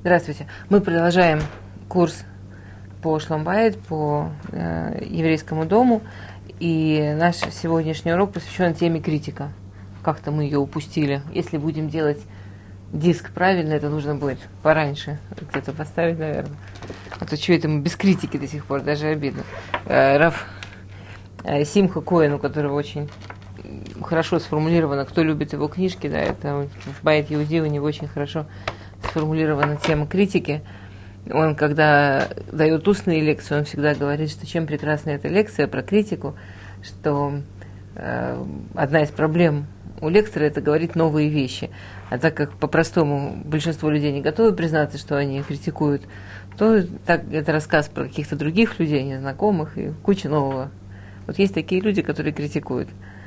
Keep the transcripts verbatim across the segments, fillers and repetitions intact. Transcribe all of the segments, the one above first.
Здравствуйте. Мы продолжаем курс по Шлом Байт, по э, еврейскому дому. И наш сегодняшний урок посвящен теме критика. Как-то мы ее упустили. Если будем делать диск правильно, это нужно будет пораньше где-то поставить, наверное. А то что это мы без критики до сих пор, даже обидно. Э, Рав э, Симха Коэн, у которого очень хорошо сформулировано, кто любит его книжки, да, это в Байт Иуди у него очень хорошо сформулирована тема критики. Он, когда дает устные лекции, он всегда говорит, что чем прекрасна эта лекция про критику, что э, одна из проблем у лектора – это говорить новые вещи. А так как по-простому большинство людей не готовы признаться, что они критикуют, то так, это рассказ про каких-то других людей, незнакомых, и куча нового. Вот есть такие люди, которые критикуют.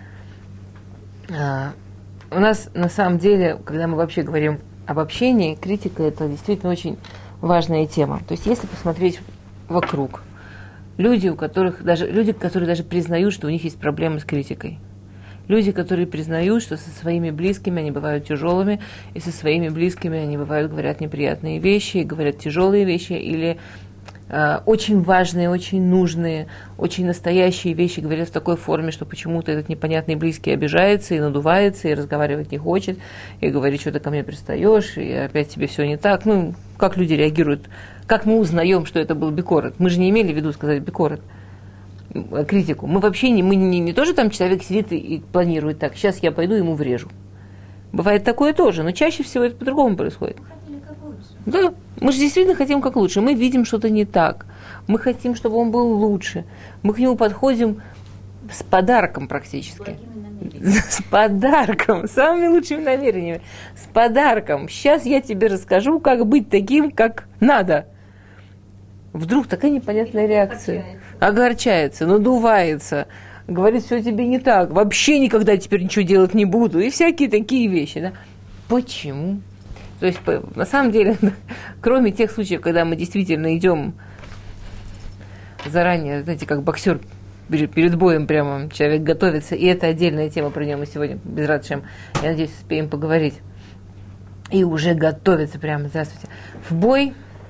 А, у нас на самом деле, когда мы вообще говорим об общении, критика – это действительно очень важная тема. То есть, если посмотреть вокруг, люди, у которых даже, люди, которые даже признают, что у них есть проблемы с критикой, люди, которые признают, что со своими близкими они бывают тяжелыми, и со своими близкими они бывают, говорят неприятные вещи, говорят тяжелые вещи, или э, очень важные, очень нужные, очень настоящие вещи говорят в такой форме, что почему-то этот непонятный близкий обижается и надувается, и разговаривать не хочет, и говорит, что ты ко мне пристаешь, и опять тебе все не так. Ну, как люди реагируют, как мы узнаем, что это был бикорот? Мы же не имели в виду сказать бикорот, критику. Мы вообще не, мы не, не тоже там человек сидит и, и планирует так, сейчас я пойду ему врежу. Бывает такое тоже, но чаще всего это по-другому происходит. Мы хотели как лучше. Да, мы же действительно хотим как лучше. Мы видим что-то не так. Мы хотим, чтобы он был лучше. Мы к нему подходим с подарком практически. С подарком, с самыми лучшими намерениями. С подарком. Сейчас я тебе расскажу, как быть таким, как надо. Вдруг такая непонятная реакция. Огорчается, надувается, говорит, все тебе не так, вообще никогда теперь ничего делать не буду, и всякие такие вещи. Да? Почему? То есть, на самом деле, кроме тех случаев, когда мы действительно идем заранее, знаете, как боксер перед боем прямо, человек готовится, и это отдельная тема, про нее мы сегодня без радшем, я надеюсь, успеем поговорить. И уже готовится прямо, здравствуйте, в бой.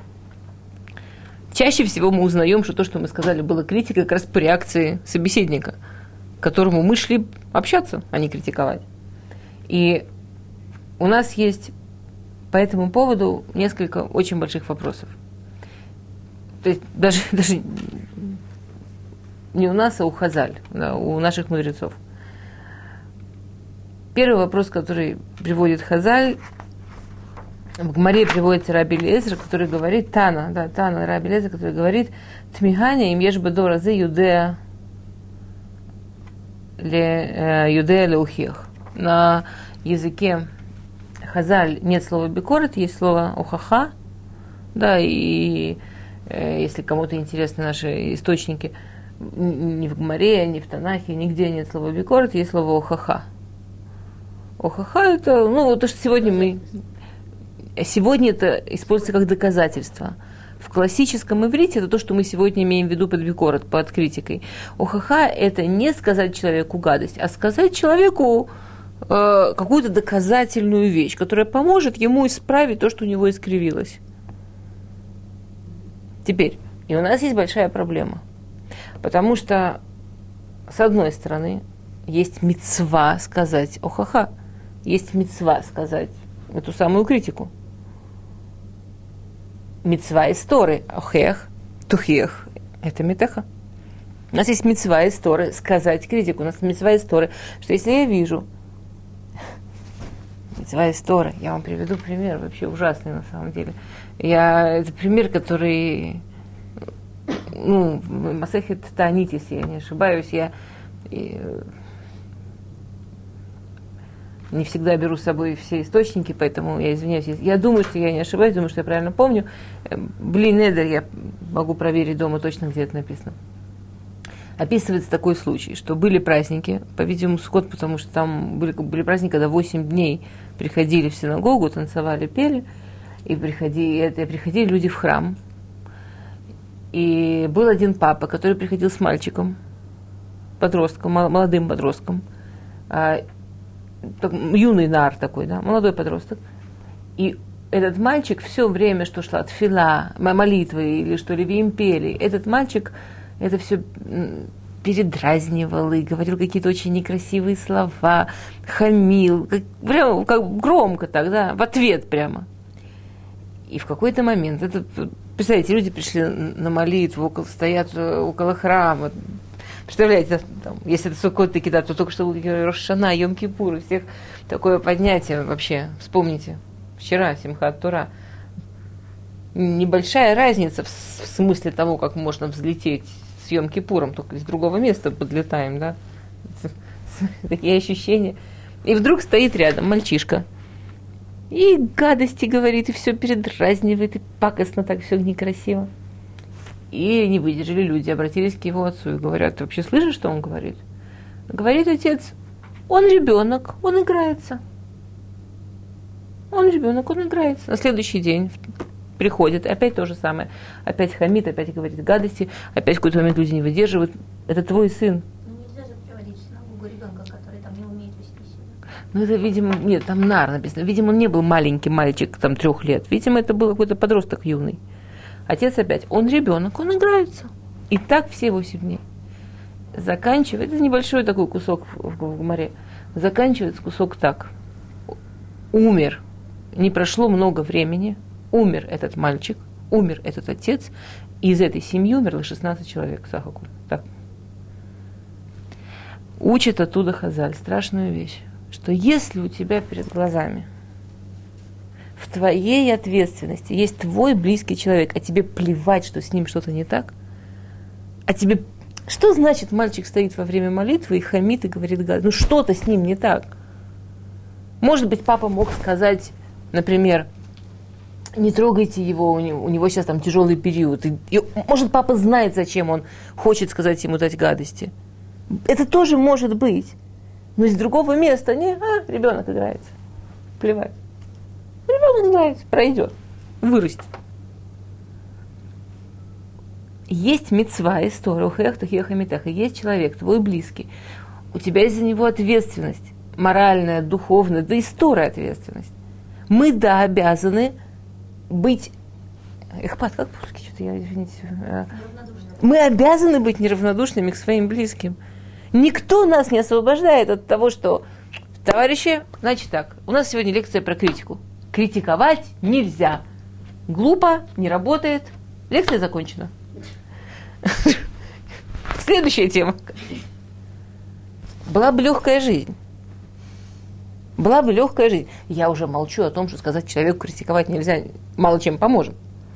Чаще всего мы узнаем, что то, что мы сказали, было критикой как раз по реакции собеседника, к которому мы шли общаться, а не критиковать. И у нас есть по этому поводу несколько очень больших вопросов. То есть даже, даже не у нас, а у Хазаль, да, у наших мудрецов. Первый вопрос, который приводит Хазаль, в Гмаре приводится Раби Элиэзер, который говорит, Тана, да, Тана, Раби Элиэзер, который говорит, Тмиганя им еш бедора зе юдея ле юдея леухех. На языке Хазаль нет слова бикорет, есть слово ухаха, да, и э, если кому-то интересны наши источники, ни в Гмаре, ни в Танахе, нигде нет слова бикорет, есть слово ухаха. Ухаха это, ну, то, что сегодня мы... Сегодня это используется как доказательство. В классическом иврите это то, что мы сегодня имеем в виду под бикорот, под критикой. Ухаха – это не сказать человеку гадость, а сказать человеку э, какую-то доказательную вещь, которая поможет ему исправить то, что у него искривилось. Теперь, и у нас есть большая проблема. Потому что, с одной стороны, есть мицва сказать ухаха, есть мицва сказать эту самую критику. Мицва из Торы, охех, тухех, это митеха. У нас есть мицва из Торы, сказать критику. У нас мицва из Торы, что если я вижу, мицва из Торы, я вам приведу пример, вообще ужасный на самом деле. Я, это пример, который, ну, Масехет Таанит, если я не ошибаюсь, я и, не всегда беру с собой все источники, поэтому я извиняюсь. Я думаю, что я не ошибаюсь, думаю, что я правильно помню. Блин, Недер, я могу проверить дома точно, где это написано. Описывается такой случай, что были праздники, по-видимому, Суккот, потому что там были, были праздники, когда восемь дней приходили в синагогу, танцевали, пели, и приходили, и приходили люди в храм. И был один папа, который приходил с мальчиком, подростком, молодым подростком, юный нар такой, да, молодой подросток, и этот мальчик все время, что шла тфила, молитвы или что левиим пели, этот мальчик это все передразнивал и говорил какие-то очень некрасивые слова, хамил, как, прямо как громко тогда, в ответ прямо. И в какой-то момент, это, представляете, люди пришли на молитву, около, стоят около храма. Представляете, там, если это Суккот таки, да, то только что Рош ха-Шана, Йом-Кипур, у всех такое поднятие вообще. Вспомните, вчера Симхат Тора. Небольшая разница в, в смысле того, как можно взлететь с Йом-Кипуром, только из другого места подлетаем, да. Такие ощущения. И вдруг стоит рядом мальчишка. И гадости говорит, и все передразнивает, и пакостно так все некрасиво. И не выдержали люди, обратились к его отцу и говорят: ты вообще слышишь, что он говорит? Говорит отец: он ребенок, он играется. Он ребенок, он играется. На следующий день приходит, опять то же самое. Опять хамит, опять говорит гадости, опять в какой-то момент люди не выдерживают. Это твой сын. Ну, это, видимо, нет, там нар написано. Видимо, он не был маленький мальчик, там, трех лет. Видимо, это был какой-то подросток юный. Отец опять, он ребенок, он играется. И так все восемь дней. Заканчивает, это небольшой такой кусок в, в море. Заканчивается кусок так. Умер. Не прошло много времени. Умер этот мальчик, умер этот отец. И из этой семьи умерло шестнадцать человек. Сахакуль. Так. Учит оттуда Хазаль страшную вещь. Что если у тебя перед глазами в твоей ответственности есть твой близкий человек, а тебе плевать, что с ним что-то не так, а тебе... Что значит мальчик стоит во время молитвы и хамит и говорит гадость? Ну что-то с ним не так. Может быть, папа мог сказать, например, не трогайте его, у него, у него сейчас там тяжелый период. И, и, может, папа знает, зачем он хочет сказать ему дать гадости. Это тоже может быть. Но из другого места, не, а, ребенок играется. Плевать. Ребенок играется, пройдет, вырастет. Есть мицва, из Торы, ухех, тахех, амитех, и есть человек, твой близкий. У тебя есть за него ответственность, моральная, духовная, да и из Торы ответственность. Мы, да, обязаны быть... Эхпат, как по-русски, что-то я, извините. Мы обязаны быть неравнодушными к своим близким. Никто нас не освобождает от того, что, товарищи, значит так, у нас сегодня лекция про критику. Критиковать нельзя. Глупо, не работает. Лекция закончена. Следующая тема. Была бы легкая жизнь. Была бы легкая жизнь. Я уже молчу о том, что сказать человеку критиковать нельзя, мало чем поможем.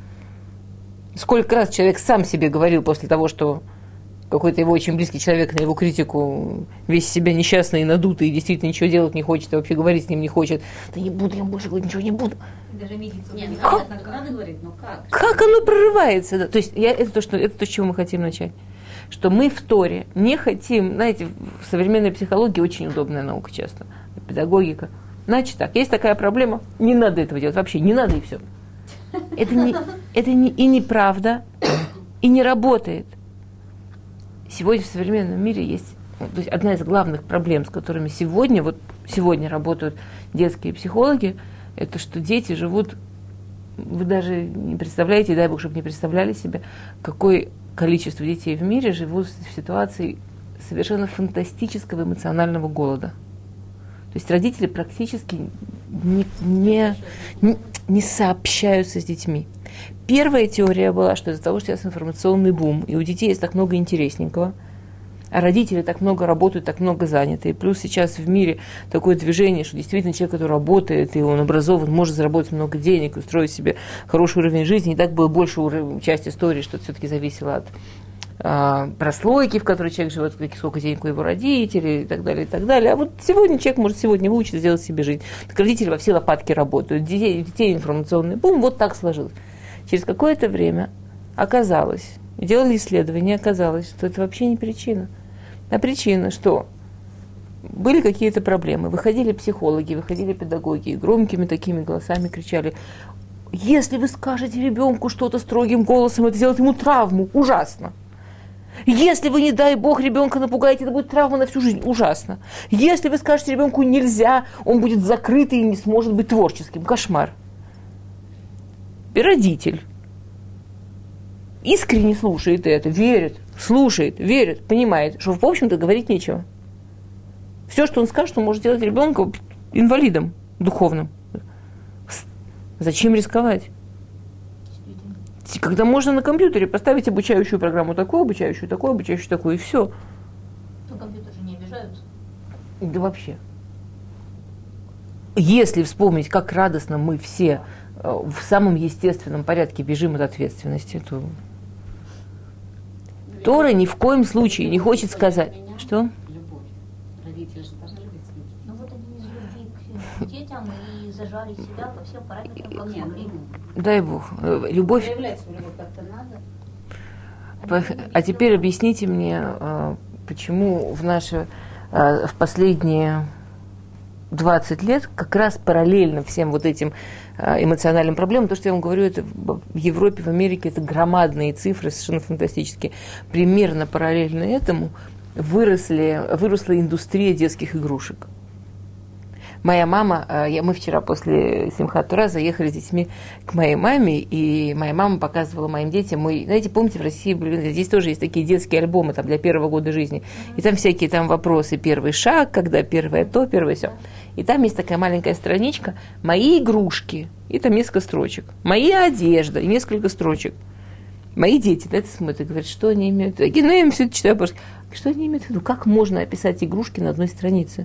Сколько раз человек сам себе говорил после того, что какой-то его очень близкий человек на его критику весь себя несчастный и надутый, и действительно ничего делать не хочет, и вообще говорить с ним не хочет. Да не буду, я больше говорить ничего не буду. Даже мизинцем. Нет, как? Надо говорить, но как? Как оно прорывается? Да? То есть я, это, то, что, это то, с чего мы хотим начать. Что мы в Торе не хотим, знаете, в современной психологии очень удобная наука часто, педагогика. Значит так, есть такая проблема, не надо этого делать, вообще не надо и все. Это, не, это не, и неправда, и не работает. Сегодня в современном мире есть, то есть одна из главных проблем, с которыми сегодня, вот сегодня работают детские психологи, это что дети живут, вы даже не представляете, дай Бог, чтобы не представляли себе, какое количество детей в мире живут в ситуации совершенно фантастического эмоционального голода. То есть родители практически не, не, не, не сообщаются с детьми. Первая теория была, что из-за того, что сейчас информационный бум, и у детей есть так много интересненького, а родители так много работают, так много заняты, и плюс сейчас в мире такое движение, что действительно человек, который работает, и он образован, может заработать много денег, устроить себе хороший уровень жизни, и так было больше уровень, часть истории, что это все-таки зависело от а, прослойки, в которой человек живет, сколько денег у его родителей, и так далее, и так далее. А вот сегодня человек может сегодня выучить, сделать себе жизнь. Так родители во все лопатки работают, детей, детей информационный бум, вот так сложилось. Через какое-то время оказалось, делали исследования, оказалось, что это вообще не причина. А причина, что были какие-то проблемы, выходили психологи, выходили педагоги, и громкими такими голосами кричали: если вы скажете ребенку что-то строгим голосом, это сделает ему травму, ужасно. Если вы, не дай Бог, ребенка напугаете, это будет травма на всю жизнь, ужасно. Если вы скажете ребенку нельзя, он будет закрытый и не сможет быть творческим, кошмар. и родитель искренне слушает это, верит, слушает, верит, понимает, что, в общем-то, говорить нечего. Все, что он скажет, он может сделать ребенка инвалидом духовным. Зачем рисковать? Когда можно на компьютере поставить обучающую программу такую, обучающую такую, обучающую такую, и все. Но компьютеры же не обижаются. Да вообще. Если вспомнить, как радостно мы все в самом естественном порядке бежим от ответственности, то Тора ни в коем случае не хочет сказать, что... Любовь. Родители же должны любить своих детей. Ну вот они из любви к детям и зажали себя по всем параметрам, как смогли. Дай Бог. Любовь... Проявлять свою любовь как-то надо. А теперь объясните мне, почему в наши, в последние двадцать лет как раз параллельно всем вот этим эмоциональным проблемам, то, что я вам говорю, это в Европе, в Америке, это громадные цифры, совершенно фантастические. Примерно параллельно этому выросли, выросла индустрия детских игрушек. Моя мама, я, мы вчера после Симхат Тора заехали с детьми к моей маме, и моя мама показывала моим детям, мы, знаете, помните, в России здесь тоже есть такие детские альбомы там, для первого года жизни, и там всякие там вопросы, первый шаг, когда первое то, первое все. И там есть такая маленькая страничка «Мои игрушки», и там несколько строчек, «Моя одежда», и несколько строчек. Мои дети на это смотрят и говорят, что они имеют в виду. Ну, я им все это читаю, просто, что они имеют в виду, как можно описать игрушки на одной странице?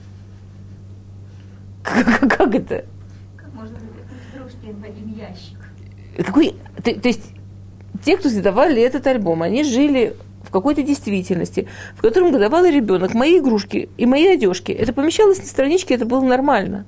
Как, как это? Как можно запихнуть игрушки в один ящик? Какой, то, то есть те, кто создавали этот альбом, они жили в какой-то действительности, в котором годовалый ребенок, мои игрушки и мои одежки. Это помещалось на страничке, это было нормально.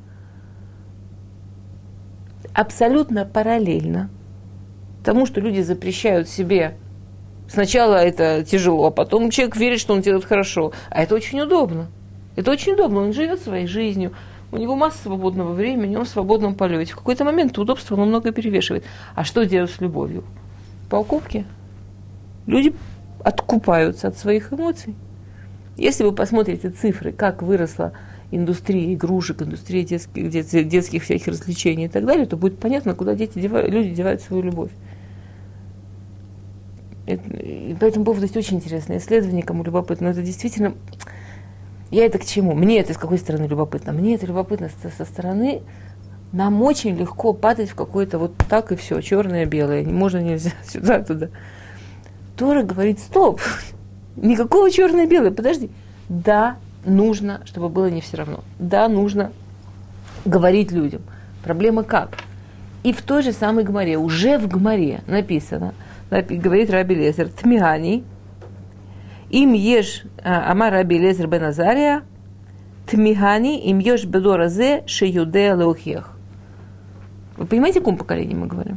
Абсолютно параллельно тому, что люди запрещают себе. Сначала это тяжело, а потом человек верит, что он делает хорошо. А это очень удобно. Это очень удобно. Он живет своей жизнью. У него масса свободного времени, он в свободном полете. В какой-то момент удобство намного перевешивает. А что делать с любовью? По укупке. Люди откупаются от своих эмоций. Если вы посмотрите цифры, как выросла индустрия игрушек, индустрия детских, детских, детских всяких развлечений и так далее, то будет понятно, куда дети девают, люди девают свою любовь. Это, и по этому поводу есть очень интересное исследование, кому любопытно. Но это действительно... Я это к чему? Мне это с какой стороны любопытно? Мне это любопытно со стороны, нам очень легко падать в какое-то вот так и все, черное, белое, можно, нельзя, сюда, туда. Тора говорит, стоп, никакого черное-белое, подожди. Да, нужно, чтобы было не все равно. Да, нужно говорить людям. Проблема как? И в той же самой Гмаре, уже в Гмаре написано, говорит Раби Лезер, Тмиани, им ешь Амар Раби Лезер бен Азария, Тмихани, им ешь бедоразе шеюдея леухех. Вы понимаете, о каком поколении мы говорим?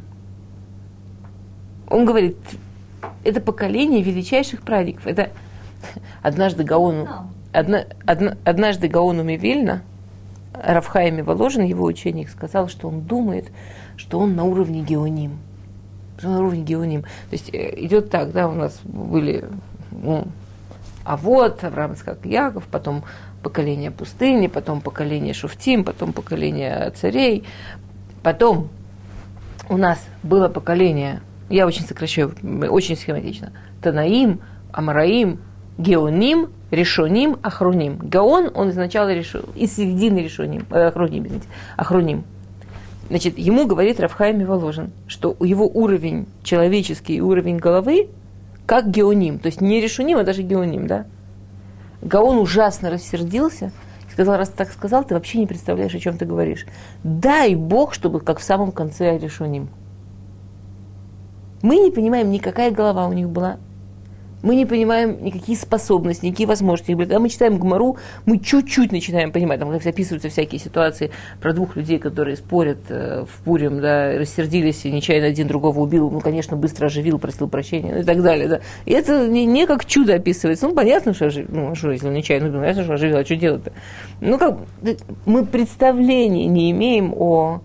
Он говорит, это поколение величайших праведников. Это однажды Гаону, одна, одна, однажды Гаону Мивильна, Рав Хаим Воложин, его ученик, сказал, что он думает, что он на уровне Геоним. Что он на уровне Геоним. То есть идет так, да, у нас были... Ну, а вот Авраам, Ицхак, Яков, потом поколение пустыни, потом поколение Шуфтим, потом поколение царей, потом у нас было поколение, я очень сокращаю, очень схематично, Танаим, Амараим, Геоним, Решоним, Ахруним. Гаон, он изначально решил, из середины Решоним, э, Ахруним, извините, Ахруним. Значит, ему говорит Рав Хаим Воложин, что его уровень человеческий и уровень головы как Геоним, то есть не Решуним, а даже Геоним, да? Гаон ужасно рассердился, сказал, раз ты так сказал, ты вообще не представляешь, о чем ты говоришь. Дай Бог, чтобы как в самом конце Решуним. Мы не понимаем, ни какая голова у них была, мы не понимаем никакие способности, никакие возможности. Когда мы читаем Гмару, мы чуть-чуть начинаем понимать, там описываются всякие ситуации про двух людей, которые спорят э, в Пурим, да, рассердились, и нечаянно один другого убил, ну, конечно, быстро оживил, просил прощения, ну, и так далее. Да. И это не, не как чудо описывается. Ну, понятно, что оживил, ну, что, если он нечаянно убил, понятно, что оживил, а что делать-то? Ну, как, мы представления не имеем о...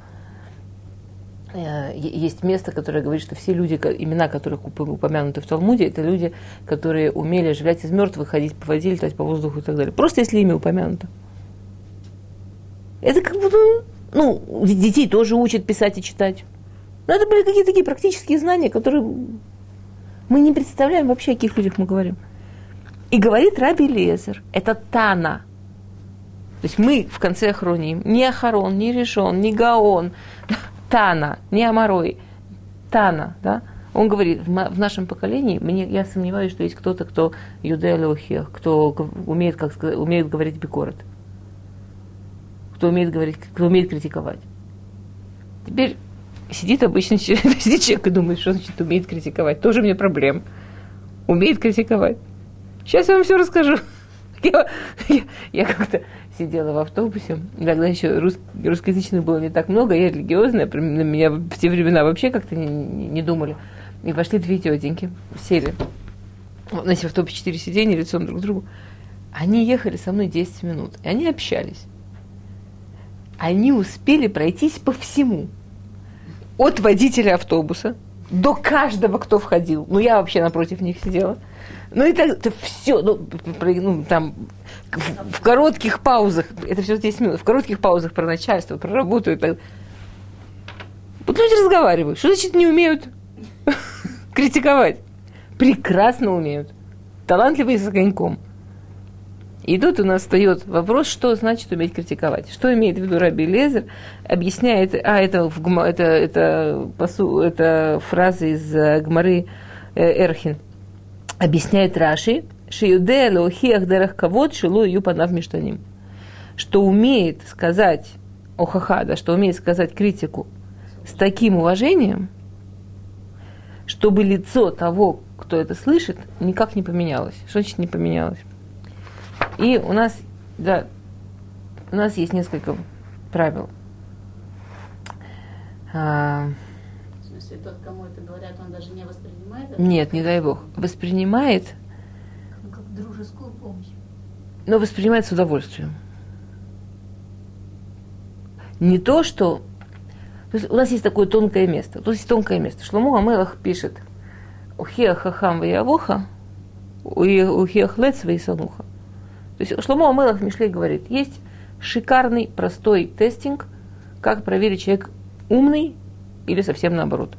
Есть место, которое говорит, что все люди, имена которых упомянуты в Талмуде, это люди, которые умели оживлять из мертвых, ходить по воде, летать по воздуху и так далее. Просто если имя упомянуто. Это как будто, ну, детей тоже учат писать и читать. Но это были какие-то такие практические знания, которые мы не представляем вообще, о каких людях мы говорим. И говорит Раби Элиэзер, это Тана. То есть мы в конце Ахроним, не Ахарон, не Ришон, не Гаон, Тана, не Амарой, Тана, да? Он говорит, в нашем поколении, мне, я сомневаюсь, что есть кто-то, кто Юдея Леохех, кто умеет, как сказать, умеет говорить бикорот, кто умеет говорить, кто умеет критиковать. Теперь сидит обычный человек, сидит человек и думает, что значит умеет критиковать. Тоже у меня проблем. Умеет критиковать. Сейчас я вам все расскажу. Я, я, я как-то сидела в автобусе, тогда еще рус, русскоязычных было не так много, я религиозная, на меня в те времена вообще как-то не, не, не думали. И вошли две тетеньки, сели. У нас в автобусе четыре сиденья, лицом друг к другу. Они ехали со мной десять минут, и они общались. Они успели пройтись по всему. От водителя автобуса до каждого, кто входил. Ну, я вообще напротив них сидела. Ну, и так, это все, ну, ну, там, в, в коротких паузах, это все десять минут, в коротких паузах про начальство, про работу и так. Вот люди разговаривают. Что значит не умеют критиковать? Прекрасно умеют. Талантливые с огоньком. И тут у нас встает вопрос, что значит уметь критиковать. Что имеет в виду Раби Элиэзер? Объясняет, а это, в, это, это, посу, это фраза из Гмары э, Эрхин. Объясняет Раши, «Шиюдея леохиах дерах кавод шилу ию панав миштаним», что умеет сказать охаха, да, что умеет сказать критику с таким уважением, чтобы лицо того, кто это слышит, никак не поменялось. Что значит не поменялось? И у нас, да, у нас есть несколько правил. А, в смысле, тот, кому это говорят, он даже не воспринимает это? Нет, не дай бог. Воспринимает. Ну, как дружескую помощь. Но воспринимает с удовольствием. Не то, что... То есть у нас есть такое тонкое место. Тут есть тонкое место. Шломо ха-Мелех пишет «Ухиах хахам ваявоха, ухиах лец ваисануха». То есть Шломо ха-Мелех в Мишле говорит, есть шикарный, простой тестинг, как проверить, человек умный или совсем наоборот.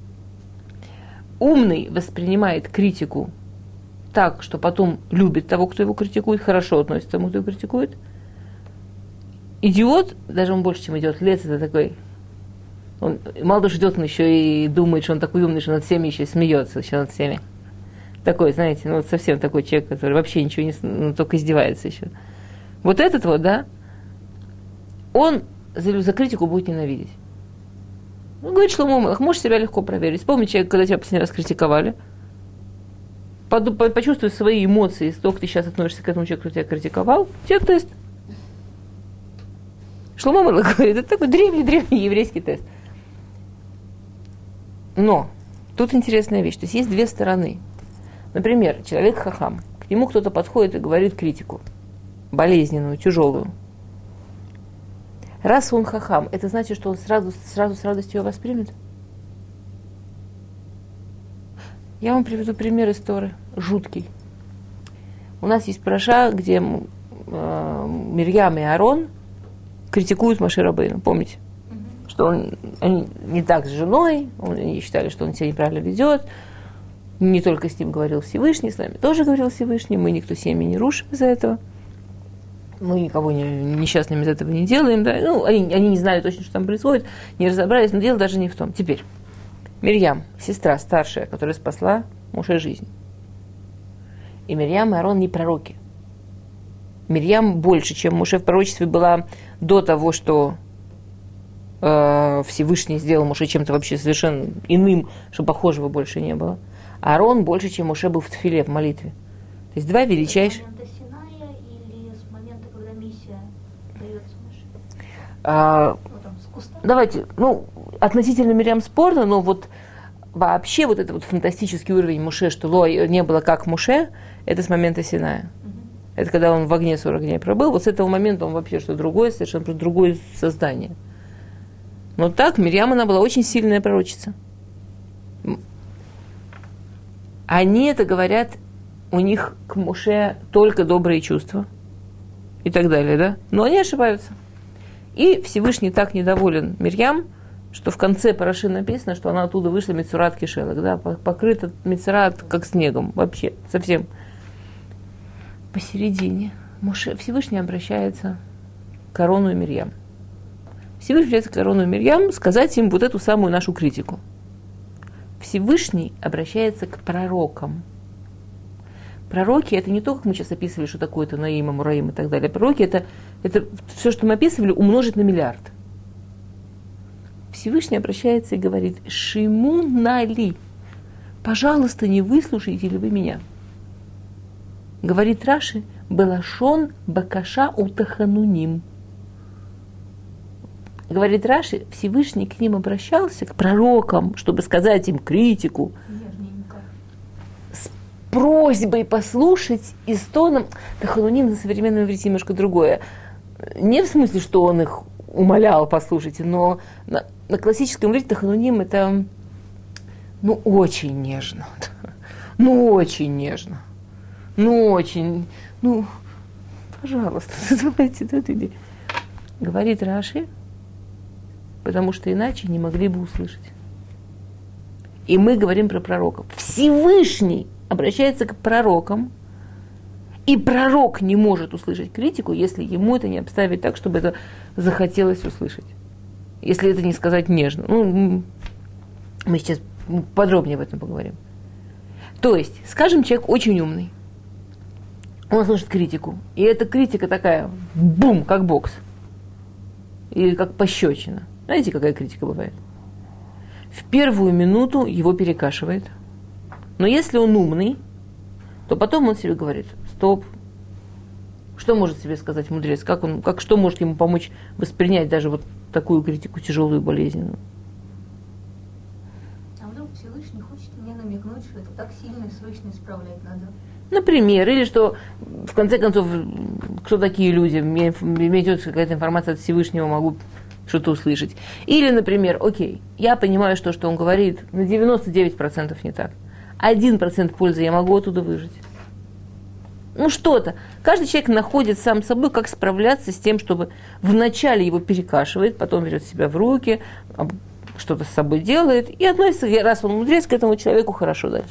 Умный воспринимает критику так, что потом любит того, кто его критикует, хорошо относится к тому, кто его критикует. Идиот, даже он больше, чем идиот, лец это такой, он мало того, что идет, он еще и думает, что он такой умный, что над всеми еще и смеется, еще над всеми. Такой, знаете, ну вот совсем такой человек, который вообще ничего не, ну, только издевается еще. Вот этот вот, да, он за, за критику будет ненавидеть. Ну, говорит Шломо ха-Мелех, можешь себя легко проверить. Вспомни человека, когда тебя последний раз критиковали. Почувствуй свои эмоции, то, как ты сейчас относишься к этому человеку, кто тебя критиковал. Тебе тест. Шломо ха-Мелех говорит, это такой древний-древний еврейский тест. Но тут интересная вещь. То есть есть две стороны. Например, человек хахам. К нему кто-то подходит и говорит критику. Болезненную, тяжелую. Раз он хахам, это значит, что он сразу, сразу с радостью ее воспримет? Я вам приведу пример из Торы. Жуткий. У нас есть параша, где э, Мирьям и Аарон критикуют Моше Рабейну. Помните? Mm-hmm. Что он они не так с женой, они считали, что он себя неправильно ведет. Не только с ним говорил Всевышний, с нами тоже говорил Всевышний. Мы никто семьи не рушим из-за этого. Мы никого не, несчастными из этого не делаем. Да? Ну, они, они не знали точно, что там происходит, не разобрались, но дело даже не в том. Теперь, Мирьям, сестра старшая, которая спасла Моше жизнь. И Мирьям и Аарон не пророки. Мирьям больше, чем Моше в пророчестве была до того, что э, Всевышний сделал Моше чем-то вообще совершенно иным, что похожего больше не было. Аарон больше, чем Моше был в Тфиле, в молитве. То есть два величайших... А, давайте, ну, относительно Мирьям спорно, но вот вообще вот этот вот фантастический уровень Моше, что Ло не было как Моше, это с момента Синая. Mm-hmm. Это когда он в огне сорок дней пробыл, вот с этого момента он вообще что-то другое, совершенно просто другое создание. Но так, Мирьям, она была очень сильная пророчица. Они это говорят, у них к Моше только добрые чувства и так далее, да? Но они ошибаются. И Всевышний так недоволен Мирьям, что в конце параши написано, что она оттуда вышла Мецурат Кишелок, да, покрыта Мецурат как снегом, вообще, совсем. Посередине Моше, Всевышний обращается к Аарону и Мирьям. Всевышний обращается к Аарону и Мирьям сказать им вот эту самую нашу критику. Всевышний обращается к пророкам. Пророки – это не то, как мы сейчас описывали, что такое-то Наим, Амураим и так далее. Пророки – это, это все, что мы описывали, умножить на миллиард. Всевышний обращается и говорит: «Шиму нали, пожалуйста, не выслушаете ли вы меня?» Говорит Раши: «Белашон бакаша утахануним». Говорит Раши, Всевышний к ним обращался, к пророкам, чтобы сказать им критику, с просьбой послушать и с тоном. Тахануним на современном иврите немножко другое. Не в смысле, что он их умолял, послушайте, но на, на классическом иврите тахануним это, ну, очень нежно. Ну, очень нежно. Ну, очень, ну, пожалуйста, давайте, давайте. Говорит Раши, потому что иначе не могли бы услышать. И мы говорим про пророков. Всевышний обращается к пророкам, и пророк не может услышать критику, если ему это не обставить так, чтобы это захотелось услышать. Если это не сказать нежно. Ну, мы сейчас подробнее об этом поговорим. То есть, скажем, человек очень умный. Он слышит критику. И эта критика такая, бум, как бокс. Или как пощечина. Знаете, какая критика бывает? В первую минуту его перекашивает. Но если он умный, то потом он себе говорит: стоп. Что может себе сказать мудрец? Как он, как, что может ему помочь воспринять даже вот такую критику тяжелую и болезненную? А вдруг Всевышний хочет мне намекнуть, что это так сильно и срочно исправлять надо? Например, или что, в конце концов, кто такие люди? Мне, мне идет какая-то информация от Всевышнего, могу что-то услышать. Или, например, окей, я понимаю, что, что он говорит, на девяносто девять процентов не так. один процент пользы я могу оттуда выжить. Ну, что-то. Каждый человек находит сам собой, как справляться с тем, чтобы вначале его перекашивает, потом берет себя в руки, что-то с собой делает, и относится, раз он мудрец, к этому человеку хорошо дальше.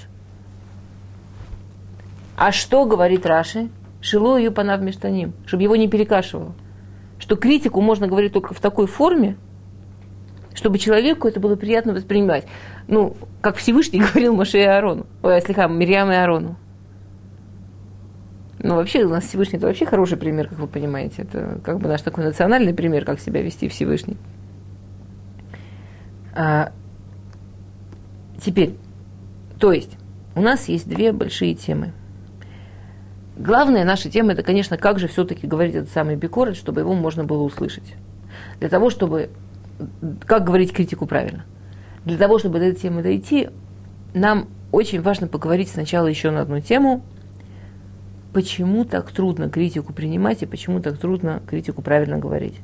А что говорит Раши? Шило ее панав мештаним, чтобы его не перекашивало. Что критику можно говорить только в такой форме, чтобы человеку это было приятно воспринимать. Ну, как Всевышний говорил Моше и Аарону. Ой, слегка, Мирьям и Аарону. Ну, вообще, у нас Всевышний – это вообще хороший пример, как вы понимаете. Это как бы наш такой национальный пример, как себя вести Всевышний. А, теперь, то есть, у нас есть две большие темы. Главная наша тема – это, конечно, как же все-таки говорить этот самый бикорет, чтобы его можно было услышать. Для того, чтобы… Как говорить критику правильно? Для того, чтобы до этой темы дойти, нам очень важно поговорить сначала еще на одну тему. Почему так трудно критику принимать и почему так трудно критику правильно говорить?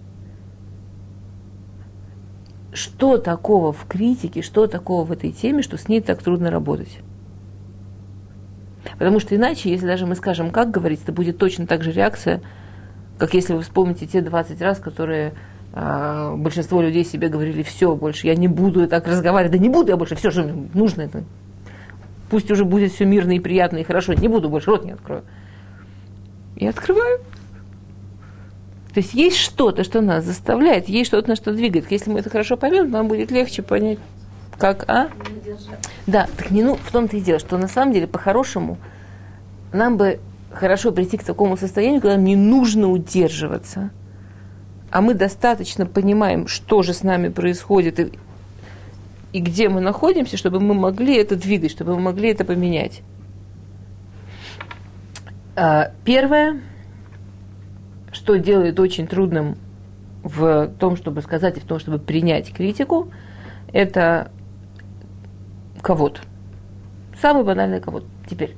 Что такого в критике, что такого в этой теме, что с ней так трудно работать? Потому что иначе, если даже мы скажем, как говорить, это будет точно так же реакция, как если вы вспомните те двадцать раз, которые э, большинство людей себе говорили: все, больше я не буду так разговаривать, да не буду я больше, все, что мне нужно, это пусть уже будет все мирно и приятно и хорошо, не буду больше, рот не открою. И открываю. То есть есть что-то, что нас заставляет, есть что-то, на что двигает. Если мы это хорошо поймем, нам будет легче понять, как, а? Да, так не, ну, в том-то и дело, что на самом деле, по-хорошему, нам бы хорошо прийти к такому состоянию, когда нам не нужно удерживаться, а мы достаточно понимаем, что же с нами происходит и, и где мы находимся, чтобы мы могли это двигать, чтобы мы могли это поменять. Первое, что делает очень трудным в том, чтобы сказать и в том, чтобы принять критику, это кавод. Самый банальный кавод. Теперь,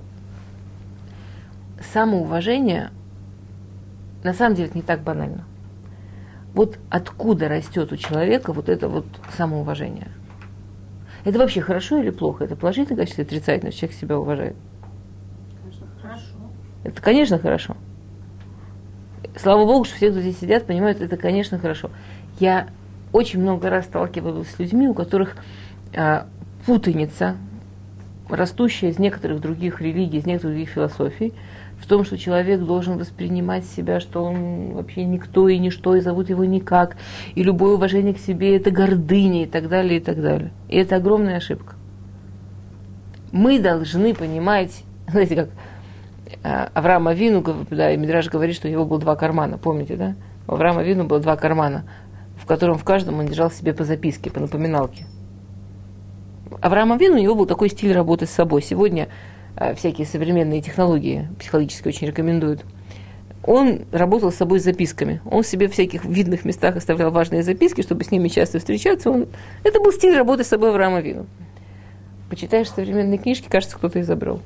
самоуважение на самом деле не так банально. Вот откуда растет у человека вот это вот самоуважение? Это вообще хорошо или плохо? Это положительное качество или отрицательное, что человек себя уважает? Конечно, хорошо. Это, конечно, хорошо. Слава Богу, что все, кто здесь сидят, понимают, это, конечно, хорошо. Я очень много раз сталкивалась с людьми, у которых а, путаница, растущая из некоторых других религий, из некоторых других философий, в том, что человек должен воспринимать себя, что он вообще никто и ничто, и зовут его никак, и любое уважение к себе – это гордыня, и так далее, и так далее. И это огромная ошибка. Мы должны понимать, знаете, как Авраам Авину, да, и Мидраш говорит, что у него было два кармана, помните, да? У Авраама Авину было два кармана, в котором в каждом он держал себе по записке, по напоминалке. Авраам Авину, у него был такой стиль работы с собой. Сегодня всякие современные технологии психологически очень рекомендуют. Он работал с собой с записками. Он себе в всяких видных местах оставлял важные записки, чтобы с ними часто встречаться. Он... Это был стиль работы с собой Авраама Авину. Почитаешь современные книжки, кажется, кто-то изобрел.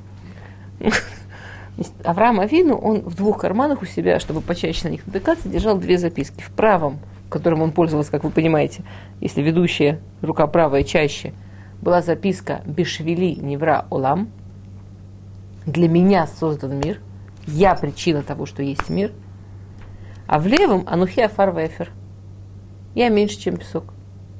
Авраам Авину, он в двух карманах у себя, чтобы почаще на них натыкаться, держал две записки. В правом, которым он пользовался, как вы понимаете, если ведущая рука правая чаще, была записка «Бишвили невра олам», «Для меня создан мир», «Я причина того, что есть мир», а в левом «Анухи афар вэфер», «Я меньше, чем песок».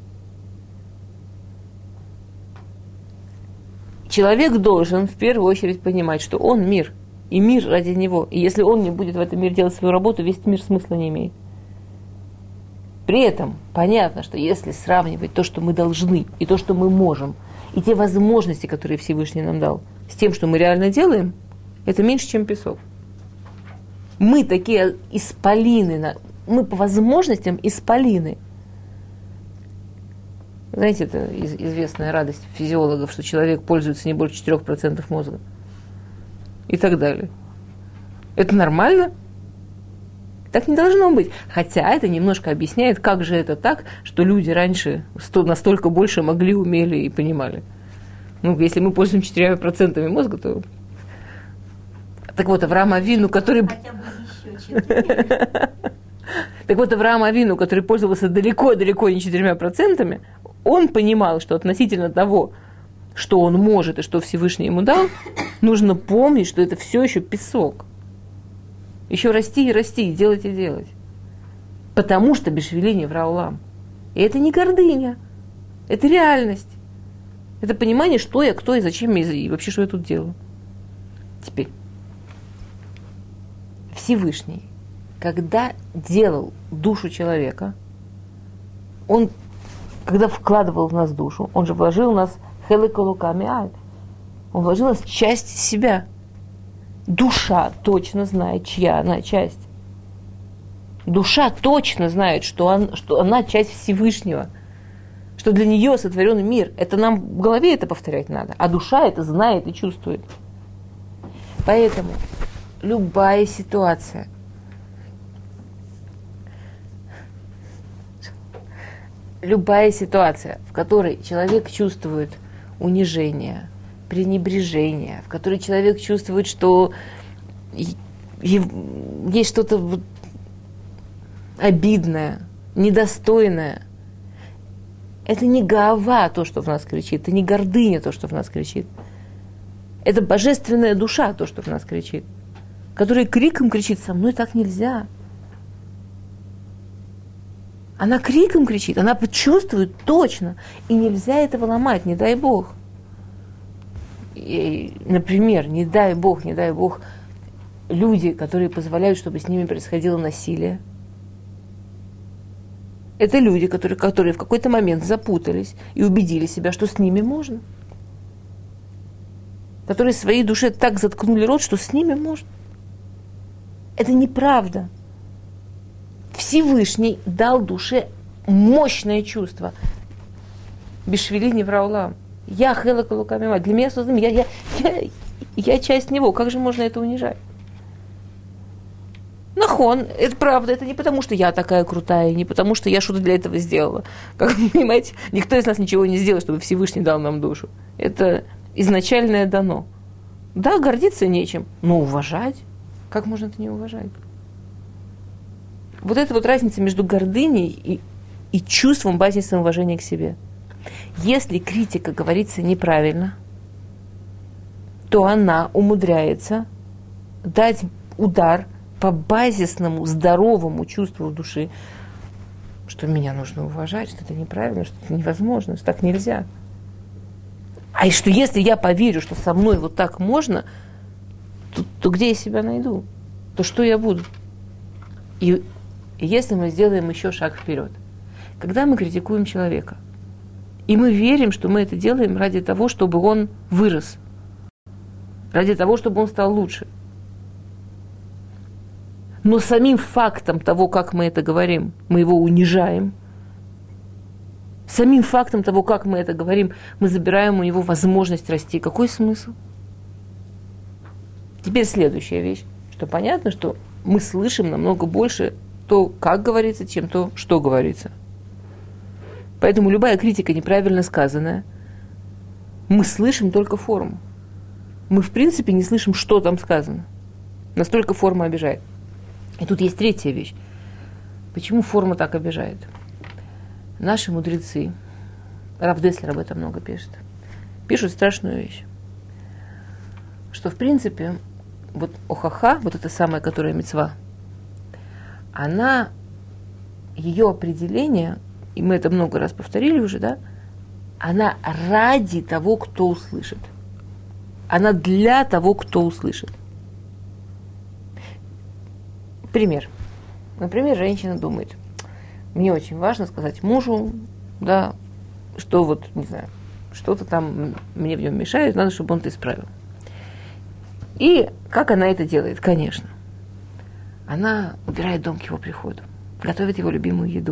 Человек должен в первую очередь понимать, что он мир, и мир ради него. И если он не будет в этом мире делать свою работу, весь мир смысла не имеет. При этом понятно, что если сравнивать то, что мы должны, и то, что мы можем, и те возможности, которые Всевышний нам дал, с тем, что мы реально делаем, это меньше, чем песок. Мы такие исполины, мы по возможностям исполины. Знаете, это известная радость физиологов, что человек пользуется не больше четыре процента мозга. И так далее. Это нормально? Так не должно быть. Хотя это немножко объясняет, как же это так, что люди раньше настолько больше могли, умели и понимали. Ну, если мы пользуемся четырьмя процентами мозга, то... Так вот, Авраам Авину, который... Хотя бы еще четыре. Так вот, Авраам Авину, который пользовался далеко-далеко не четырьмя процентами, он понимал, что относительно того, что он может и что Всевышний ему дал, нужно помнить, что это все еще песок. Еще расти и расти, и делать и делать. Потому что бишвили невра олам. И это не гордыня, это реальность. Это понимание, что я, кто я, зачем я, и вообще, что я тут делаю. Теперь. Всевышний, когда делал душу человека, он, когда вкладывал в нас душу, он же вложил в нас хеликолуками, он вложил в нас часть себя. Душа точно знает, чья она часть. Душа точно знает, что, он, что она часть Всевышнего, что для нее сотворен мир. Это нам в голове это повторять надо, а душа это знает и чувствует. Поэтому любая ситуация, любая ситуация, в которой человек чувствует унижение, пренебрежение, в которой человек чувствует, что есть что-то обидное, недостойное, это не гаава то, что в нас кричит, это не гордыня то, что в нас кричит. Это божественная душа то, что в нас кричит, которая криком кричит: со мной так нельзя. Она криком кричит, она почувствует точно, и нельзя этого ломать, не дай Бог. И, например, не дай Бог, не дай Бог, люди, которые позволяют, чтобы с ними происходило насилие. Это люди, которые, которые в какой-то момент запутались и убедили себя, что с ними можно. Которые своей душе так заткнули рот, что с ними можно. Это неправда. Всевышний дал душе мощное чувство. Бишвили невра олам. Я хелакалукамима. Для меня создан, я, я, я, я часть него. Как же можно это унижать? Нахон, это правда, это не потому, что я такая крутая, не потому, что я что-то для этого сделала. Как вы понимаете, никто из нас ничего не сделал, чтобы Всевышний дал нам душу. Это изначальное дано. Да, гордиться нечем, но уважать. Как можно это не уважать? Вот эта вот разница между гордыней и, и чувством базисного уважения к себе. Если критика говорится неправильно, то она умудряется дать удар по базисному, здоровому чувству в душе, что меня нужно уважать, что это неправильно, что это невозможно, что так нельзя. А и что если я поверю, что со мной вот так можно, то, то где я себя найду? То что я буду? И, и если мы сделаем еще шаг вперед, когда мы критикуем человека, и мы верим, что мы это делаем ради того, чтобы он вырос, ради того, чтобы он стал лучше. Но самим фактом того, как мы это говорим, мы его унижаем. Самим фактом того, как мы это говорим, мы забираем у него возможность расти. Какой смысл? Теперь следующая вещь, что понятно, что мы слышим намного больше то, как говорится, чем то, что говорится. Поэтому любая критика неправильно сказанная, мы слышим только форму. Мы, в принципе, не слышим, что там сказано. Настолько форма обижает. И тут есть третья вещь. Почему форма так обижает? Наши мудрецы, Рав Деслер об этом много пишет, пишут страшную вещь. Что, в принципе, вот охаха, вот эта самая, которая мицва, она, ее определение, и мы это много раз повторили уже, да, она ради того, кто услышит. Она для того, кто услышит. Пример. Например, женщина думает, мне очень важно сказать мужу, да, что вот, не знаю, что-то там мне в нем мешает, надо, чтобы он это исправил. И как она это делает? Конечно. Она убирает дом к его приходу, готовит его любимую еду,